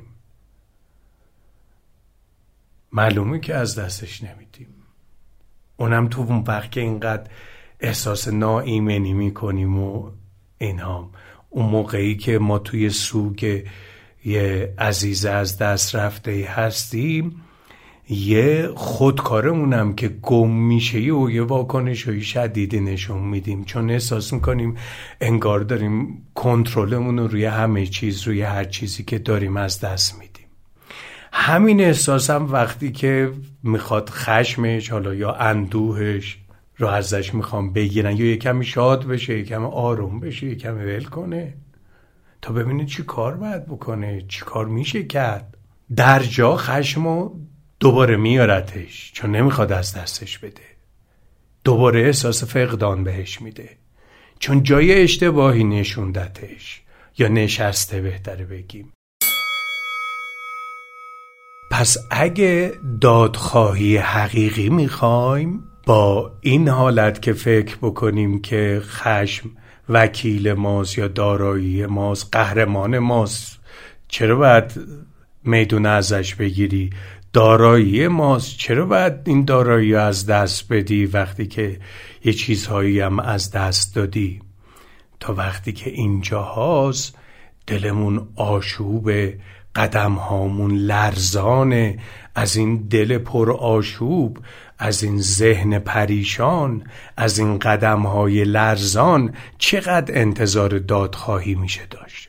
E: معلومه که از دستش نمیدیم. اونم تو اون وقت که اینقدر احساس ناایمنی میکنیم و اینها، اون موقعی که ما توی سوگ یه عزیز از دست رفته هستیم، یه خودکارمونم که گم میشه و یه واکنشی شدیدی نشون میدیم، چون احساس میکنیم انگار داریم کنترلمون رو روی همه چیز، روی هر چیزی که داریم از دست میدیم. همین احساسم وقتی که میخواد خشمش حالا یا اندوهش رو ازش میخوام بگیرن، یا یه کمی شاد بشه، یه کمی آروم بشه، یه کمی ول کنه تا ببینه چی کار باید بکنه، چی کار میشه کرد، در جا خشمو دوباره میارتش، چون نمیخواد از دستش بده. دوباره احساس فقدان بهش میده، چون جای اشتباهی نشوندتش، یا نشسته بهتره بگیم. پس اگه دادخواهی حقیقی میخوایم، با این حالت که فکر بکنیم که خشم وکیل ماست یا دارایی ماست، قهرمان ماست، چرا باید میدون ازش بگیری؟ دارایی ماست، چرا باید این دارایی از دست بدی وقتی که یه چیزهایی هم از دست دادی؟ تا وقتی که اینجا هاست دلمون آشوبه، قدم هامون لرزانه از این دل پر آشوب، از این ذهن پریشان، از این قدم های لرزان. چقدر انتظار دادخواهی میشه داشت؟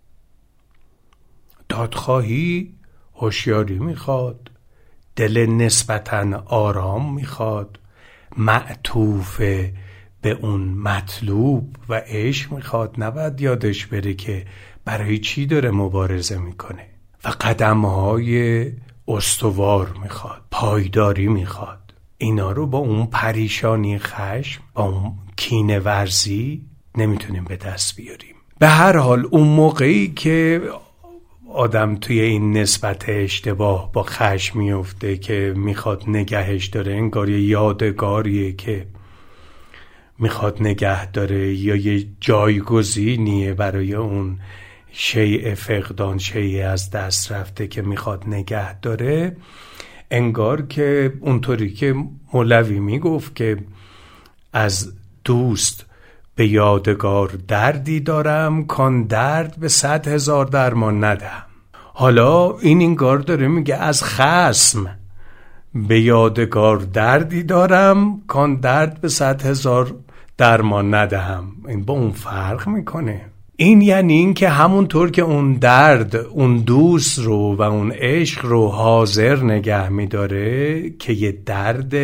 E: دادخواهی هوشیاری میخواد، دل نسبتاً آرام میخواد، معطوف به اون مطلوب و عشق میخواد. نباید یادش بره که برای چی داره مبارزه میکنه. و قدمهای استوار میخواد، پایداری میخواد. اینا رو با اون پریشانی خشم، با اون کینه ورزی نمیتونیم به دست بیاریم. به هر حال اون موقعی که آدم توی این نسبت اشتباه با خشم میفته که میخواد نگهش داره، انگار یه یادگاریه که میخواد نگه داره، یا یه جایگزینیه برای اون شیء فقدان، شیء از دست رفته که میخواد نگه داره. انگار که اونطوری که مولوی میگفت که از دوست به یادگار دردی دارم، کان درد به صد هزار درمان ندهم. حالا این انگار داره میگه از خصم به یادگار دردی دارم، کان درد به صد هزار درمان ندهم. این با اون فرق میکنه. این یعنی این که همونطور که اون درد اون دوست رو و اون عشق رو حاضر نگه میداره که یه درد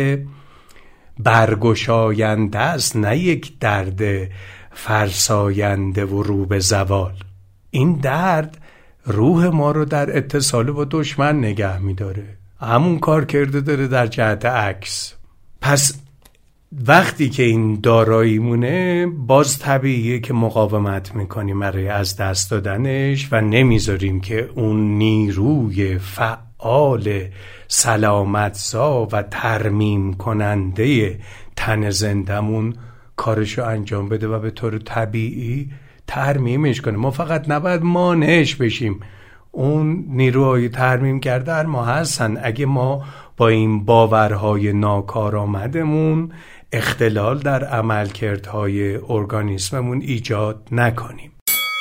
E: برگشاینده است، نه یک درد فرساینده و رو به زوال. این درد روح ما رو در اتصال با دشمن نگه میداره، همون کار کرده داره در جهت عکس. پس وقتی که این دارایی مونه، باز طبیعیه که مقاومت میکنیم برای از دست دادنش و نمیذاریم که اون نیروی فعال سلامتزا و ترمیم کننده تن زندمون کارشو انجام بده و به طور طبیعی ترمیمش کنه. ما فقط نباید مانعش بشیم. اون نیروهای ترمیم کرده در ما هستن. اگه ما با این باورهای ناکارآمدمون اختلال در عملکردهای ارگانیسممون ایجاد نکنیم.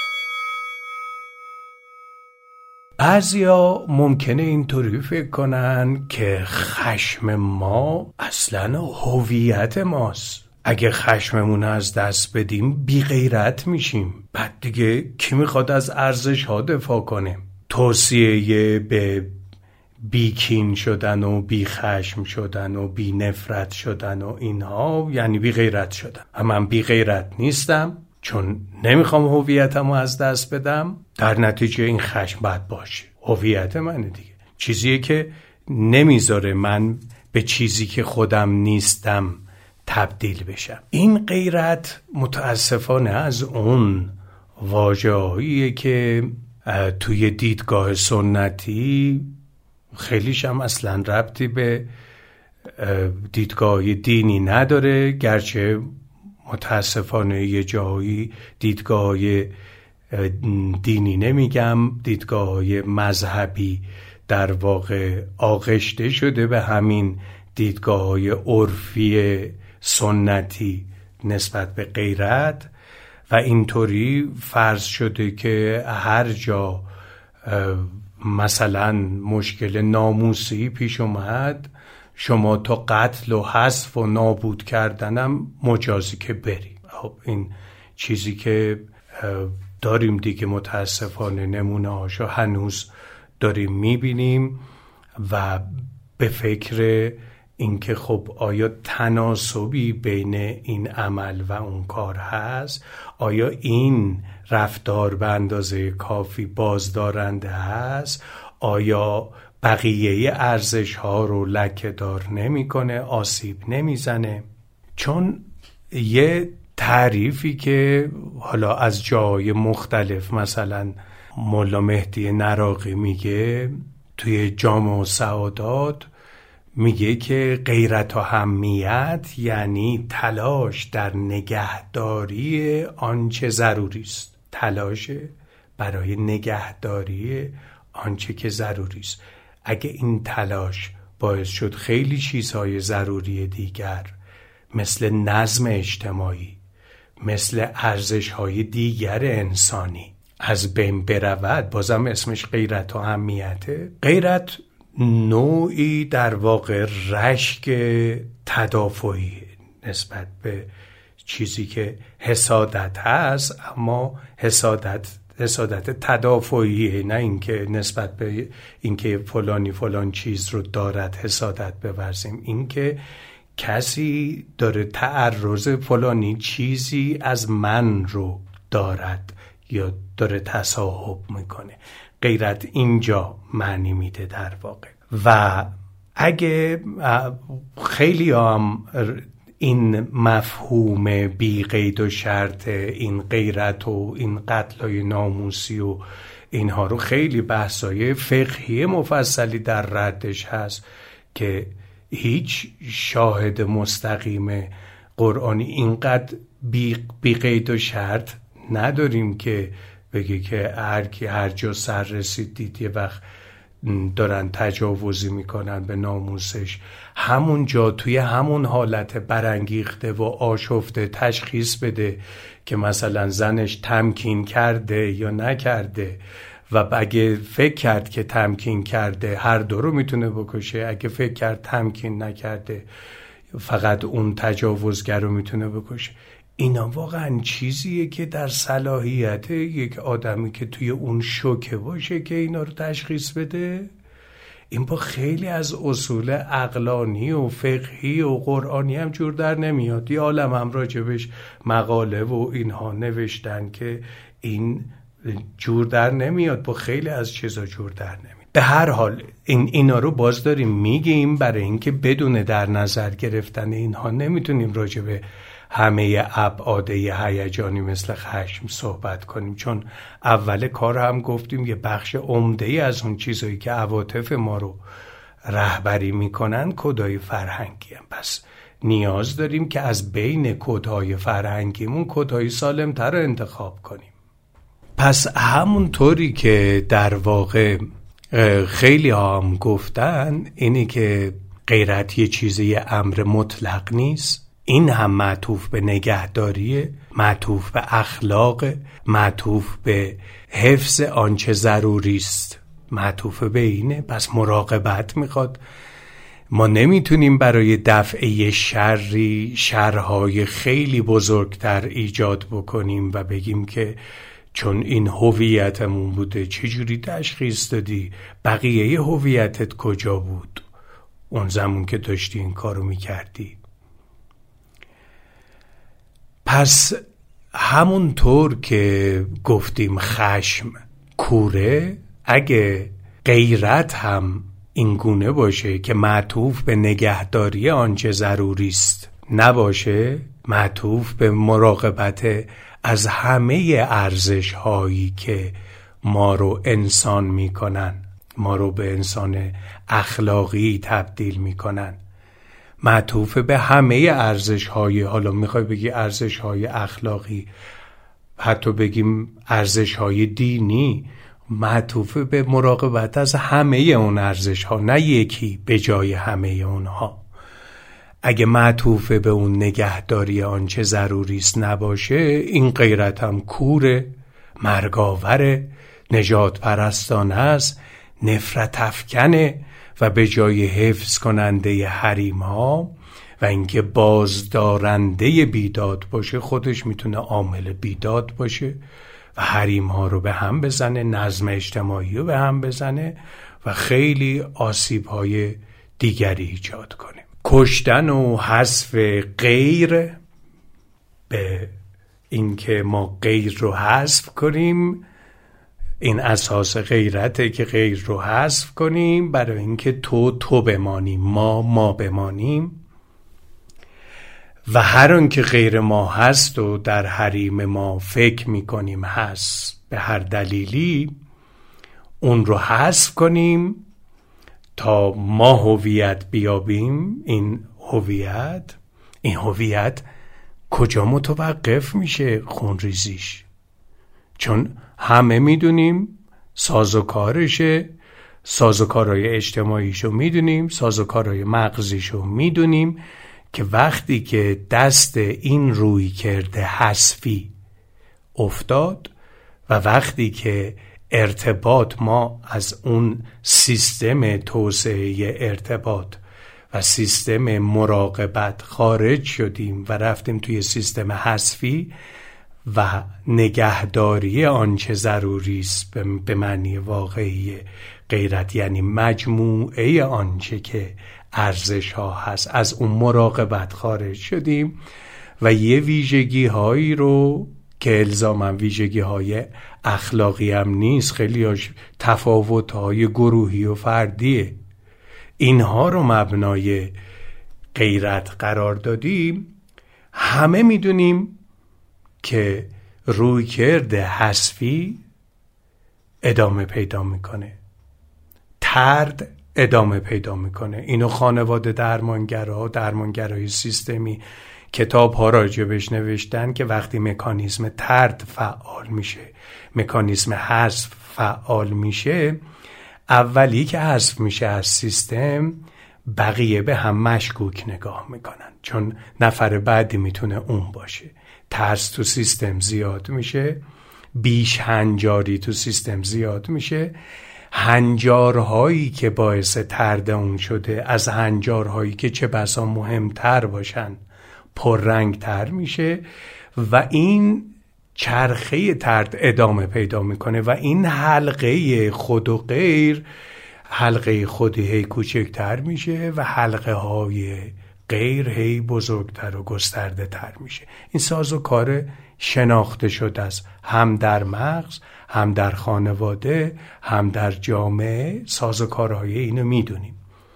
E: بعضیا ممکنه اینطوری فکر کنن که خشم ما اصلاً هویت ماست. اگه خشممون از دست بدیم بی غیرت میشیم. بعد دیگه کی میخواد از ارزش ها دفاع کنه؟ توصیه به بیکین شدن و بی خشم شدن و بی نفرت شدن و اینها یعنی بی غیرت شدن. اما من بی غیرت نیستم، چون نمیخوام هویتمو از دست بدم. در نتیجه این خشم بد باشه، هویت منه دیگه، چیزیه که نمیذاره من به چیزی که خودم نیستم تبدیل بشم. این غیرت متاسفانه از اون واژه‌هاییه که توی دیدگاه سنتی خیلیش هم اصلا ربطی به دیدگاه دینی نداره، گرچه متاسفانه یه جایی دیدگاه دینی نمیگم، دیدگاه مذهبی در واقع آغشته شده به همین دیدگاه عرفی سنتی نسبت به غیرت و اینطوری فرض شده که هر جا مثلا مشکل ناموسی پیش اومد شما تا قتل و حذف و نابود کردنم مجازی که بری. خب این چیزی که داریم دیگه، متاسفانه نمونه هاشو هنوز داریم میبینیم و به فکر اینکه خب آیا تناسبی بین این عمل و اون کار هست؟ آیا این رفتار به اندازه کافی بازدارنده هست؟ آیا بقیه ارزش ها رو لکه دار نمی کنه، آسیب نمی زنه؟ چون یه تعریفی که حالا از جای مختلف مثلا مولا مهدی نراقی میگه توی جامع السعادات، میگه که غیرت و حمیت یعنی تلاش در نگهداری آنچه ضروری است، تلاش برای نگهداری آنچه که ضروری است. اگه این تلاش باعث شد خیلی چیزهای ضروری دیگر مثل نظم اجتماعی، مثل ارزش‌های دیگر انسانی از بین برود، بازم اسمش غیرت و حمیته. غیرت نوعی در واقع رشک تدافعی نسبت به چیزی که حسادت هست، اما حسادت حسادت تدافعیه، نه اینکه نسبت به اینکه فلانی فلان چیز رو دارد حسادت بورزیم. اینکه کسی داره تعرض فلانی چیزی از من رو دارد یا داره تصاحب میکنه. غیرت اینجا معنی میده در واقع. و اگه خیلی هم این مفهوم بی قید و شرط، این غیرت و این قتلای ناموسی و اینها رو خیلی بحثای فقهی مفصلی در ردش هست که هیچ شاهد مستقیم قرآنی اینقدر بی, بی قید و شرط نداریم که بگه که هر کی هر جا سر رسید دید یه وقت دارن تجاوزی میکنن به ناموسش، همون جا توی همون حالت برانگیخته و آشفته تشخیص بده که مثلا زنش تمکین کرده یا نکرده و اگه فکر کرد که تمکین کرده هر دو رو میتونه بکشه، اگه فکر کرد تمکین نکرده فقط اون تجاوزگر رو میتونه بکشه. اینا واقعا چیزیه که در صلاحیت یک آدمی که توی اون شوکه باشه که اینا رو تشخیص بده؟ این با خیلی از اصول عقلانی و فقهی و قرآنی هم جور در نمیاد. یه عالم هم راجبش مقاله و اینها نوشتن که این جور در نمیاد، با خیلی از چیزا جور در نمیاد. به هر حال این اینا رو باز داریم میگیم برای اینکه بدون در نظر گرفتن اینها نمیتونیم راجب همه ابعاد هیجانی مثل خشم صحبت کنیم، چون اول کار هم گفتیم یه بخش عمده‌ای از اون چیزایی که عواطف ما رو رهبری میکنن کدای فرهنگی هم. پس نیاز داریم که از بین کدهای فرهنگیمون کدهای سالم‌تر رو انتخاب کنیم. پس همون طوری که در واقع خیلی هم گفتن اینی که غیرت یه چیزی امر مطلق نیست، این هم معطوف به نگهداریه، معطوف به اخلاق، معطوف به حفظ آنچه ضروری است، معطوف به اینه. پس مراقبت میخواد. ما نمیتونیم برای دفع شری شرهای خیلی بزرگتر ایجاد بکنیم و بگیم که چون این هویتمون بوده چجوری تشخیص دادی؟ بقیه هویتت کجا بود اون زمان که داشتی این کارو میکردی؟ پس همونطور که گفتیم خشم کوره، اگه غیرت هم این گونه باشه که معطوف به نگهداری آنچه ضروری است نباشه، معطوف به مراقبت از همه ارزش هایی که ما رو انسان میکنن، ما رو به انسان اخلاقی تبدیل میکنن، معطوف به همه ارزش‌های، حالا میخوای بگی ارزش‌های اخلاقی، حتی بگیم ارزش‌های دینی، معطوف به مراقبت از همه اون ارزش‌ها، نه یکی به جای همه اونها. اگه معطوف به اون نگهداری آنچه ضروری است نباشه، این غیرت هم کوره، مرگاوره، نجات پرستانه است، نفرت افکنه و به جای حفظ کننده حریم ها و اینکه بازدارنده بیداد باشه، خودش میتونه عامل بیداد باشه و حریم ها رو به هم بزنه، نظم اجتماعی رو به هم بزنه و خیلی آسیب های دیگری ایجاد کنه. کشتن و حذف غیر، به اینکه ما غیر رو حذف کنیم، این اساس غیرته که غیر رو حذف کنیم برای اینکه تو تو بمانیم، ما ما بمانیم. و هر آن که غیر ما هست و در حریم ما فکر میکنیم هست به هر دلیلی، اون رو حذف کنیم تا ما هویت بیابیم. این هویت این هویت کجا متوقف میشه خونریزیش؟ چون همه میدونیم سازوکارشه، سازوکارهای اجتماعیشو میدونیم، سازوکارهای مغزیشو میدونیم که وقتی که دست این روی کرده حذفی افتاد و وقتی که ارتباط، ما از اون سیستم توسعه ارتباط و سیستم مراقبت خارج شدیم و رفتیم توی سیستم حذفی و نگهداری آنچه ضروری است به معنی واقعی غیرت، یعنی مجموعه آنچه که ارزش ها هست، از اون مراقبت خارج شدیم و یه ویژگی هایی رو که الزاماً ویژگی های اخلاقی هم نیست، خیلی هاش تفاوت های گروهی و فردیه، اینها رو مبنای غیرت قرار دادیم. همه میدونیم که رویکرد حذفی ادامه پیدا میکنه، طرد ادامه پیدا میکنه. اینو خانواده درمانگرها، درمانگرای سیستمی کتاب ها راجبش نوشتن که وقتی مکانیزم طرد فعال میشه، مکانیزم حذف فعال میشه، اولی که حذف میشه از سیستم، بقیه به هم مشکوک نگاه میکنن، چون نفر بعدی میتونه اون باشه. ترس تو سیستم زیاد میشه، بیش هنجاری تو سیستم زیاد میشه. هنجارهایی که باعث طرد اون شده از هنجارهایی که چه بسا مهمتر باشن پررنگ تر میشه و این چرخه طرد ادامه پیدا میکنه و این حلقه خود و غیر، حلقه خودی هی کوچکتر میشه و حلقه های غیر هی بزرگتر و گسترده تر میشه. این سازوکار شناخته شده است، هم در مغز، هم در خانواده، هم در جامعه. سازوکارهای اینو میدونیم.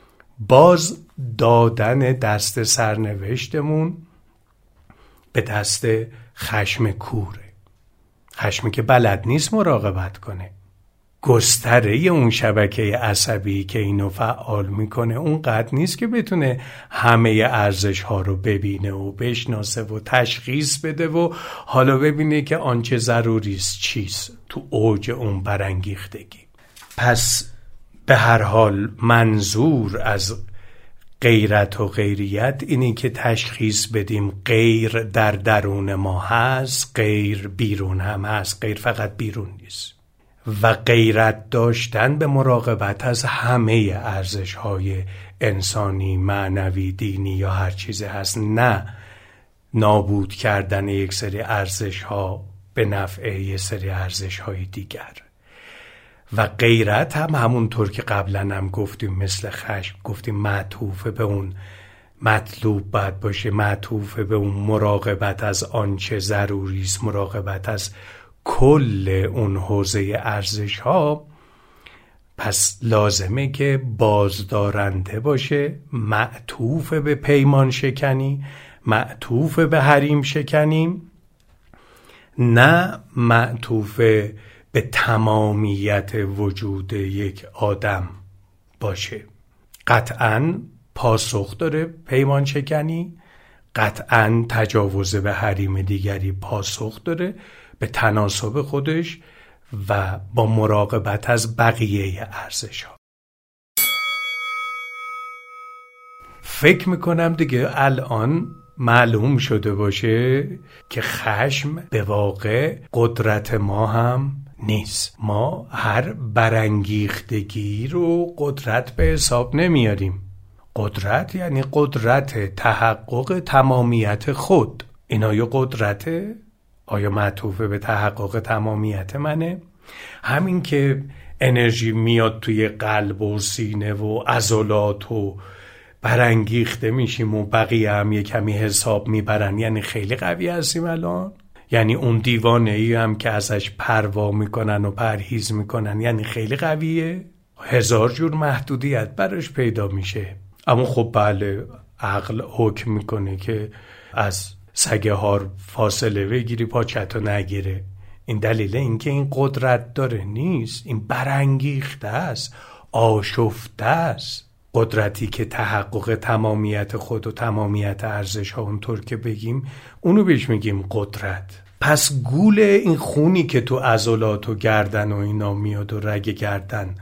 E: باز دادن دست سرنوشتمون به دست خشم کوره، خشمی که بلد نیست مراقبت کنه. گستره اون شبکه عصبی که اینو فعال میکنه اونقدر نیست که بتونه همه ارزش ها رو ببینه و بشناسه و تشخیص بده و حالا ببینه که آنچه ضروری است چیست تو اوج اون برانگیختگی. پس به هر حال منظور از غیرت و غیریت اینی که تشخیص بدیم غیر در درون ما هست، غیر بیرون هم هست، غیر فقط بیرون نیست. و غیرت داشتن به مراقبت از همه ارزش‌های انسانی، معنوی، دینی یا هر چیزی هست، نه نابود کردن یک سری ارزش‌ها به نفع یک سری ارزش‌های دیگر. و غیرت هم همونطور که قبلا هم گفتیم مثل خشم گفتیم معطوف به اون مطلوب باید باشه، معطوف به اون مراقبت از آنچه ضروری است، مراقبت از کل اون حوزه ارزش ها. پس لازمه که بازدارنده باشه، معطوف به پیمان شکنی، معطوف به حریم شکنی، نه معطوف به تمامیت وجود یک آدم باشه. قطعاً پاسخ داره پیمان شکنی، قطعاً تجاوز به حریم دیگری پاسخ داره به تناسب خودش و با مراقبت از بقیه ارزش‌ها. فکر میکنم دیگه الان معلوم شده باشه که خشم به واقع قدرت ما هم نیست. ما هر برانگیختگی رو قدرت به حساب نمیاریم. قدرت یعنی قدرت تحقق تمامیت خود. این آیا قدرته؟ آیا معطوف به تحقق تمامیت منه؟ همین که انرژی میاد توی قلب و سینه و عضلات و برانگیخته میشیم و بقیه هم یه کمی حساب میبرن، یعنی خیلی قوی هستیم الان؟ یعنی اون دیوانه ای هم که ازش پروا میکنن و پرهیز میکنن یعنی خیلی قویه؟ هزار جور محدودیت براش پیدا میشه. اما خب بله، عقل حکم میکنه که از سگه هار فاصله بگیری پاچتو نگیره. این دلیل اینکه این قدرت داره نیست، این برانگیخته است، آشفته است. قدرتی که تحقق تمامیت خود و تمامیت ارزش ها اونطور که بگیم اونو بهش میگیم قدرت. پس گول این خونی که تو عضلات و گردن و اینا میاد و رگ گردن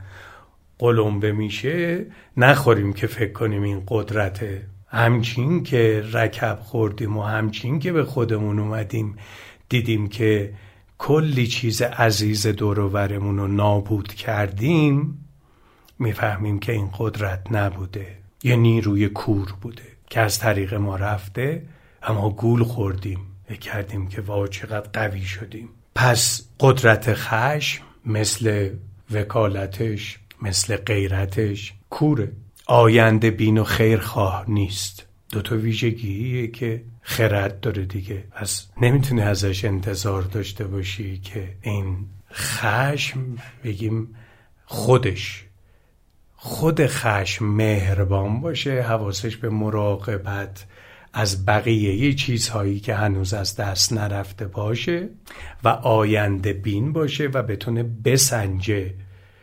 E: قلمبه میشه نخوریم که فکر کنیم این قدرته. همچین که رکب خوردیم و همچین که به خودمون اومدیم دیدیم که کلی چیز عزیز دور و برمون رو نابود کردیم، میفهمیم که این قدرت نبوده، یه نیروی کور بوده که از طریق ما رفته، اما گول خوردیم و کردیم که وای چقدر قوی شدیم. پس قدرت خشم مثل وکالتش، مثل غیرتش کوره. آینده بین و خیرخواه نیست. دوتا ویژگیه که خرد داره دیگه. پس نمیتونی ازش انتظار داشته باشی که این خشم بگیم خودش خود خشم مهربان باشه، حواسش به مراقبت از بقیه چیزهایی که هنوز از دست نرفته باشه و آینده بین باشه و بتونه بسنجه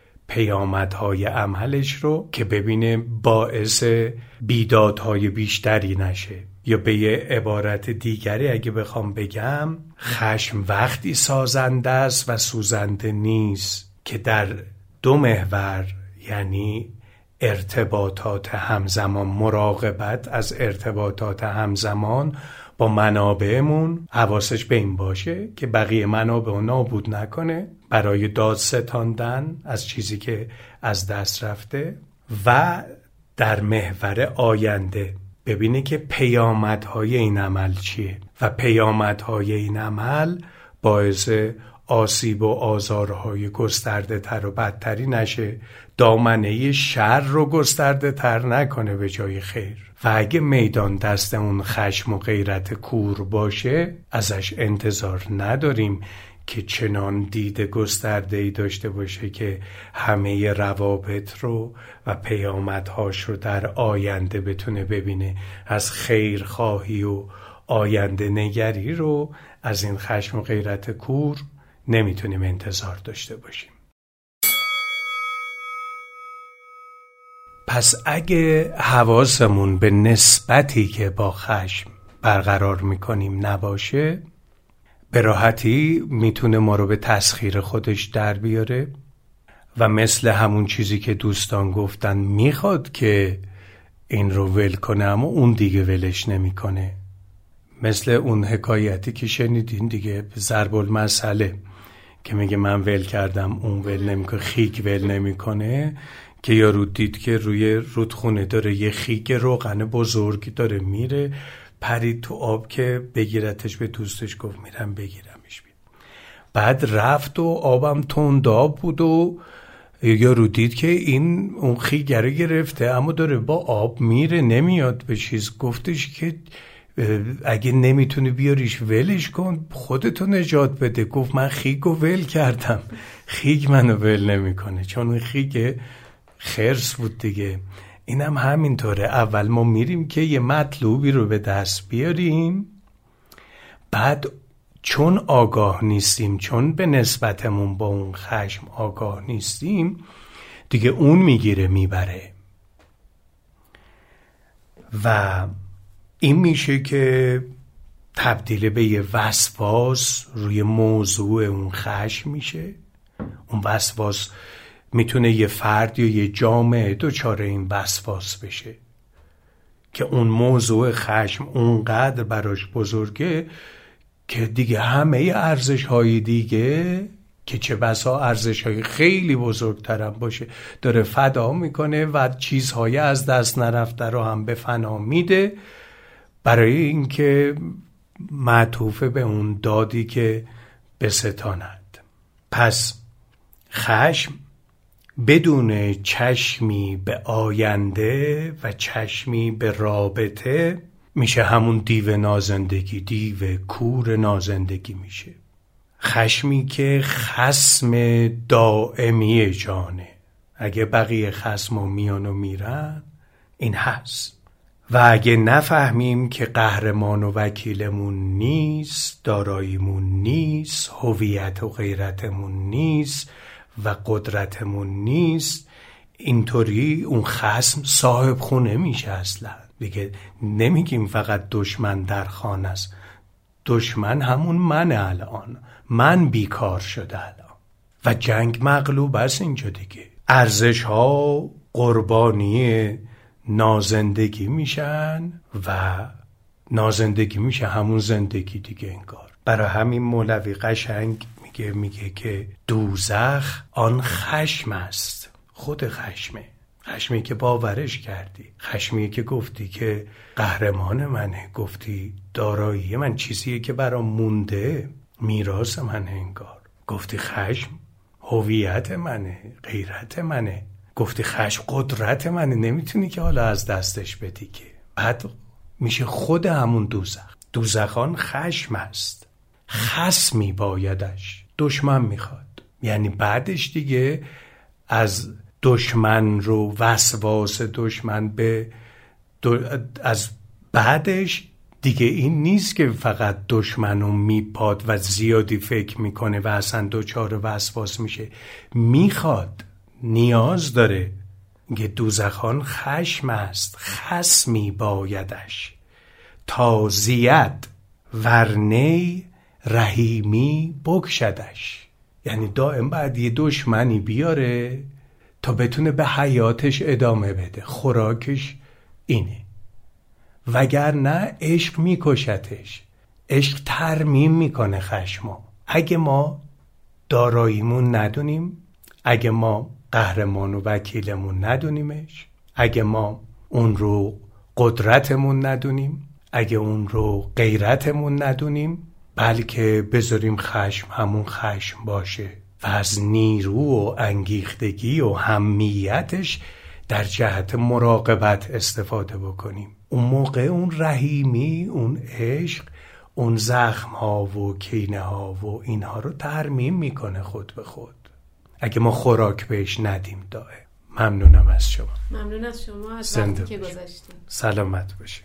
E: پیامدهای عملش رو که ببینه باعث بیدادهای بیشتری نشه. یا به یه عبارت دیگری اگه بخوام بگم، خشم وقتی سازنده است و سوزنده نیست که در دو محور، یعنی ارتباطات همزمان، مراقبت از ارتباطات همزمان با منابعمون، حواسش به این باشه که بقیه منابع رو نابود نکنه برای داد ستاندن از چیزی که از دست رفته، و در محور آینده ببینه که پیامدهای این عمل چیه و پیامدهای این عمل باعث آسیب و آزارهای گسترده تر و بدتری نشه، دامنه شر رو گسترده تر نکنه به جای خیر. و اگه میدان دست اون خشم و غیرت کور باشه، ازش انتظار نداریم که چنان دید گسترده‌ای داشته باشه که همه روابط رو و پیامدهاش رو در آینده بتونه ببینه. از خیرخواهی و آینده نگری رو از این خشم و غیرت کور نمیتونیم انتظار داشته باشیم. پس اگه حواسمون به نسبتی که با خشم برقرار میکنیم نباشه، به راحتی میتونه ما رو به تسخیر خودش در بیاره و مثل همون چیزی که دوستان گفتن میخواد که این رو ول کنه اما اون دیگه ولش نمیکنه. مثل اون حکایتی که شنیدین دیگه، ضرب المثله که میگه من ول کردم اون ول نمیکنه، خیک ول نمیکنه. که یارو دید که روی رودخونه داره یه خیک روغن بزرگی داره میره، پرید تو آب که بگیرتش، به دوستش گفت میرم بگیرمش. بعد رفت و آبم تنداب بود و یارو دید که این اون خیک رو گرفته اما داره با آب میره نمیاد به چیز. گفتش که اگه نمیتونی بیاریش ولش کن، خودتو نجات بده. گفت من خیک رو ول کردم، خیک منو ول نمیکنه، چون این خیک خرس بود دیگه. اینم هم همینطوره. اول ما میریم که یه مطلوبی رو به دست بیاریم، بعد چون آگاه نیستیم، چون به نسبتمون با اون خشم آگاه نیستیم، دیگه اون میگیره میبره. و این میشه که تبدیل به یه وسواس روی موضوع اون خشم میشه. اون وسواس میتونه یه فرد یا یه جامعه دچار این وسواس بشه که اون موضوع خشم اونقدر براش بزرگه که دیگه همه ارزش های دیگه که چه بسا ارزش های خیلی بزرگترم باشه داره فدا میکنه و چیزهای از دست نرفته رو هم به فنا میده برای اینکه معطوف به اون دادی که بستاند. پس خشم بدون چشمی به آینده و چشمی به رابطه میشه همون دیو نازندگی، دیو کور نازندگی میشه. خشمی که خصم دائمی جانه. اگه بقیه خصم و میان و میرن این هست. و اگه نفهمیم که قهرمان و وکیلمون نیست، داراییمون نیست، هویت و غیرتمون نیست و قدرتمون نیست، اینطوری اون خصم صاحب خونه میشه. اصلا دیگه نمیگیم فقط دشمن در خانه است، دشمن همون من الان، من بیکار شده الان و جنگ مغلوب است اینجا دیگه. ارزش ها قربانی نازندگی میشن و نازندگی میشه همون زندگی دیگه انگار. برای همین مولوی قشنگ میگه میگه که دوزخ آن خشم است، خود خشمه، خشمی که باورش کردی، خشمی که گفتی که قهرمان منه، گفتی دارایی من، چیزیه که برام مونده، میراث منه انگار. گفتی خشم هویت منه، غیرت منه، گفتی خشم قدرت منه، نمیتونی که حالا از دستش بدی که. بعد میشه خود همون دوزخ. دوزخان خشم است، خصمی بایدش، دشمن میخواد. یعنی بعدش دیگه از دشمن رو وسواس دشمن به دو... از بعدش دیگه این نیست که فقط دشمن رو میپاد و زیادی فکر میکنه و اصلا دچار وسواس میشه، میخواد، نیاز داره. که دوزخان خشم است، خصمی بایدش، تازیت ورنی رحیمی بکشدش. یعنی دائم باید یه دشمنی بیاره تا بتونه به حیاتش ادامه بده، خوراکش اینه، وگرنه عشق میکشتش. عشق ترمیم میکنه خشمو. اگه ما داراییمون ندونیم، اگه ما قهرمان و وکیلمون ندونیمش، اگه ما اون رو قدرتمون ندونیم، اگه اون رو غیرتمون ندونیم، بلکه بذاریم خشم همون خشم باشه و از نیرو و انگیختگی و همیتش در جهت مراقبت استفاده بکنیم، اون موقع اون رحیمی، اون عشق، اون زخم ها و کینه ها و اینها رو ترمیم میکنه خود به خود، اگه ما خوراک بهش ندیم. دائم ممنونم از شما.
D: ممنون از شما از وقتی که گذاشتیم.
E: سلامت باشیم.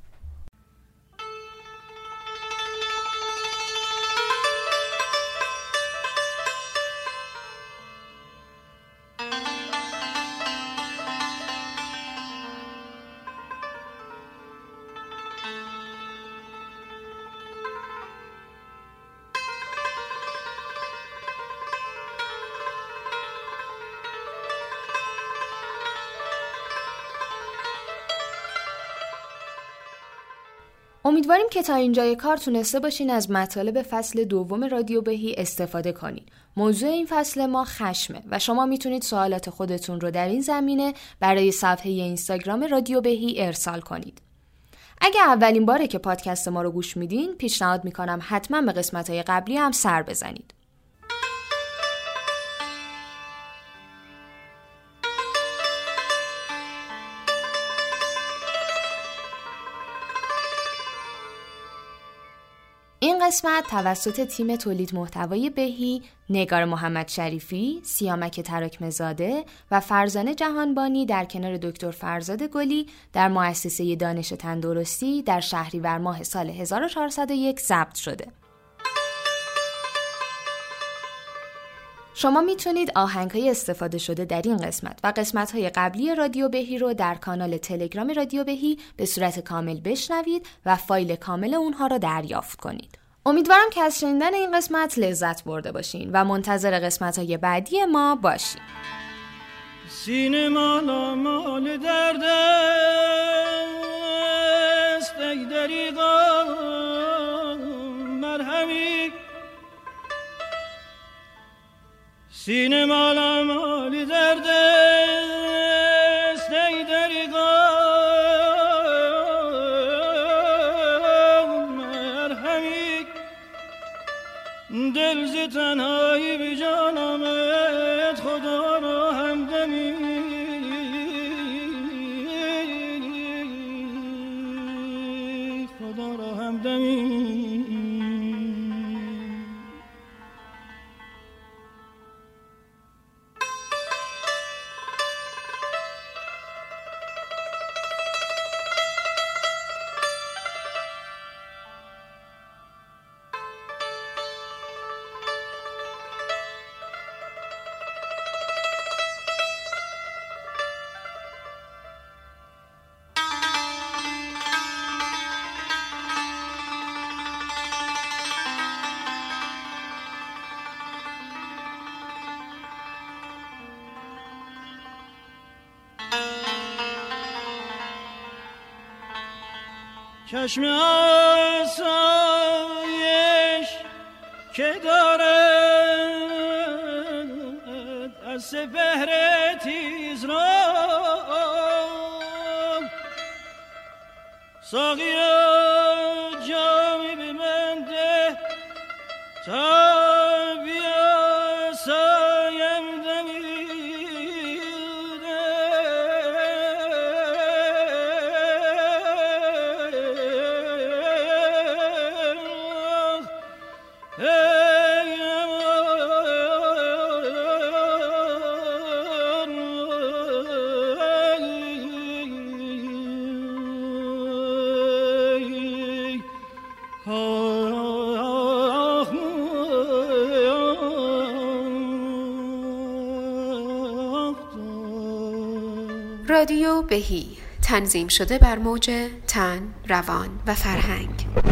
B: امیدواریم که تا اینجای کار تونسته باشین از مطالب فصل دوم رادیو بهی استفاده کنین. موضوع این فصل ما خشمه و شما میتونید سوالات خودتون رو در این زمینه برای صفحه اینستاگرام رادیو بهی ارسال کنید. اگه اولین باره که پادکست ما رو گوش میدین، پیشنهاد میکنم حتما به قسمت‌های قبلی هم سر بزنید. این قسمت توسط تیم تولید محتوای بهی، نگار محمد شریفی، سیامک تراکم‌زاده و فرزانه جهانبانی در کنار دکتر فرزاد گلی در مؤسسه دانش تندرستی در شهریور ماه سال هزار و چهارصد و یک ضبط شده. شما میتونید آهنگ‌های استفاده شده در این قسمت و قسمت‌های قبلی رادیو بهی رو در کانال تلگرام رادیو بهی به صورت کامل بشنوید و فایل کامل اونها رو دریافت کنید. امیدوارم که از شنیدن این قسمت لذت برده باشین و منتظر قسمت‌های بعدی ما باشین.
C: سینه مالا مال درد است ای دریغا مرهمی، سینه مالا مال درد است ای دریغا مرهمی، دل ز تنهایی بی جان آمد خدا را همدمی، خدا را همدمی. چشم آسایش که دارد از سپهر تیز را، ساقیا جامی به من ده تا بیاسایم
A: رادیو بهی، تنظیم شده بر موج تن، روان و فرهنگ.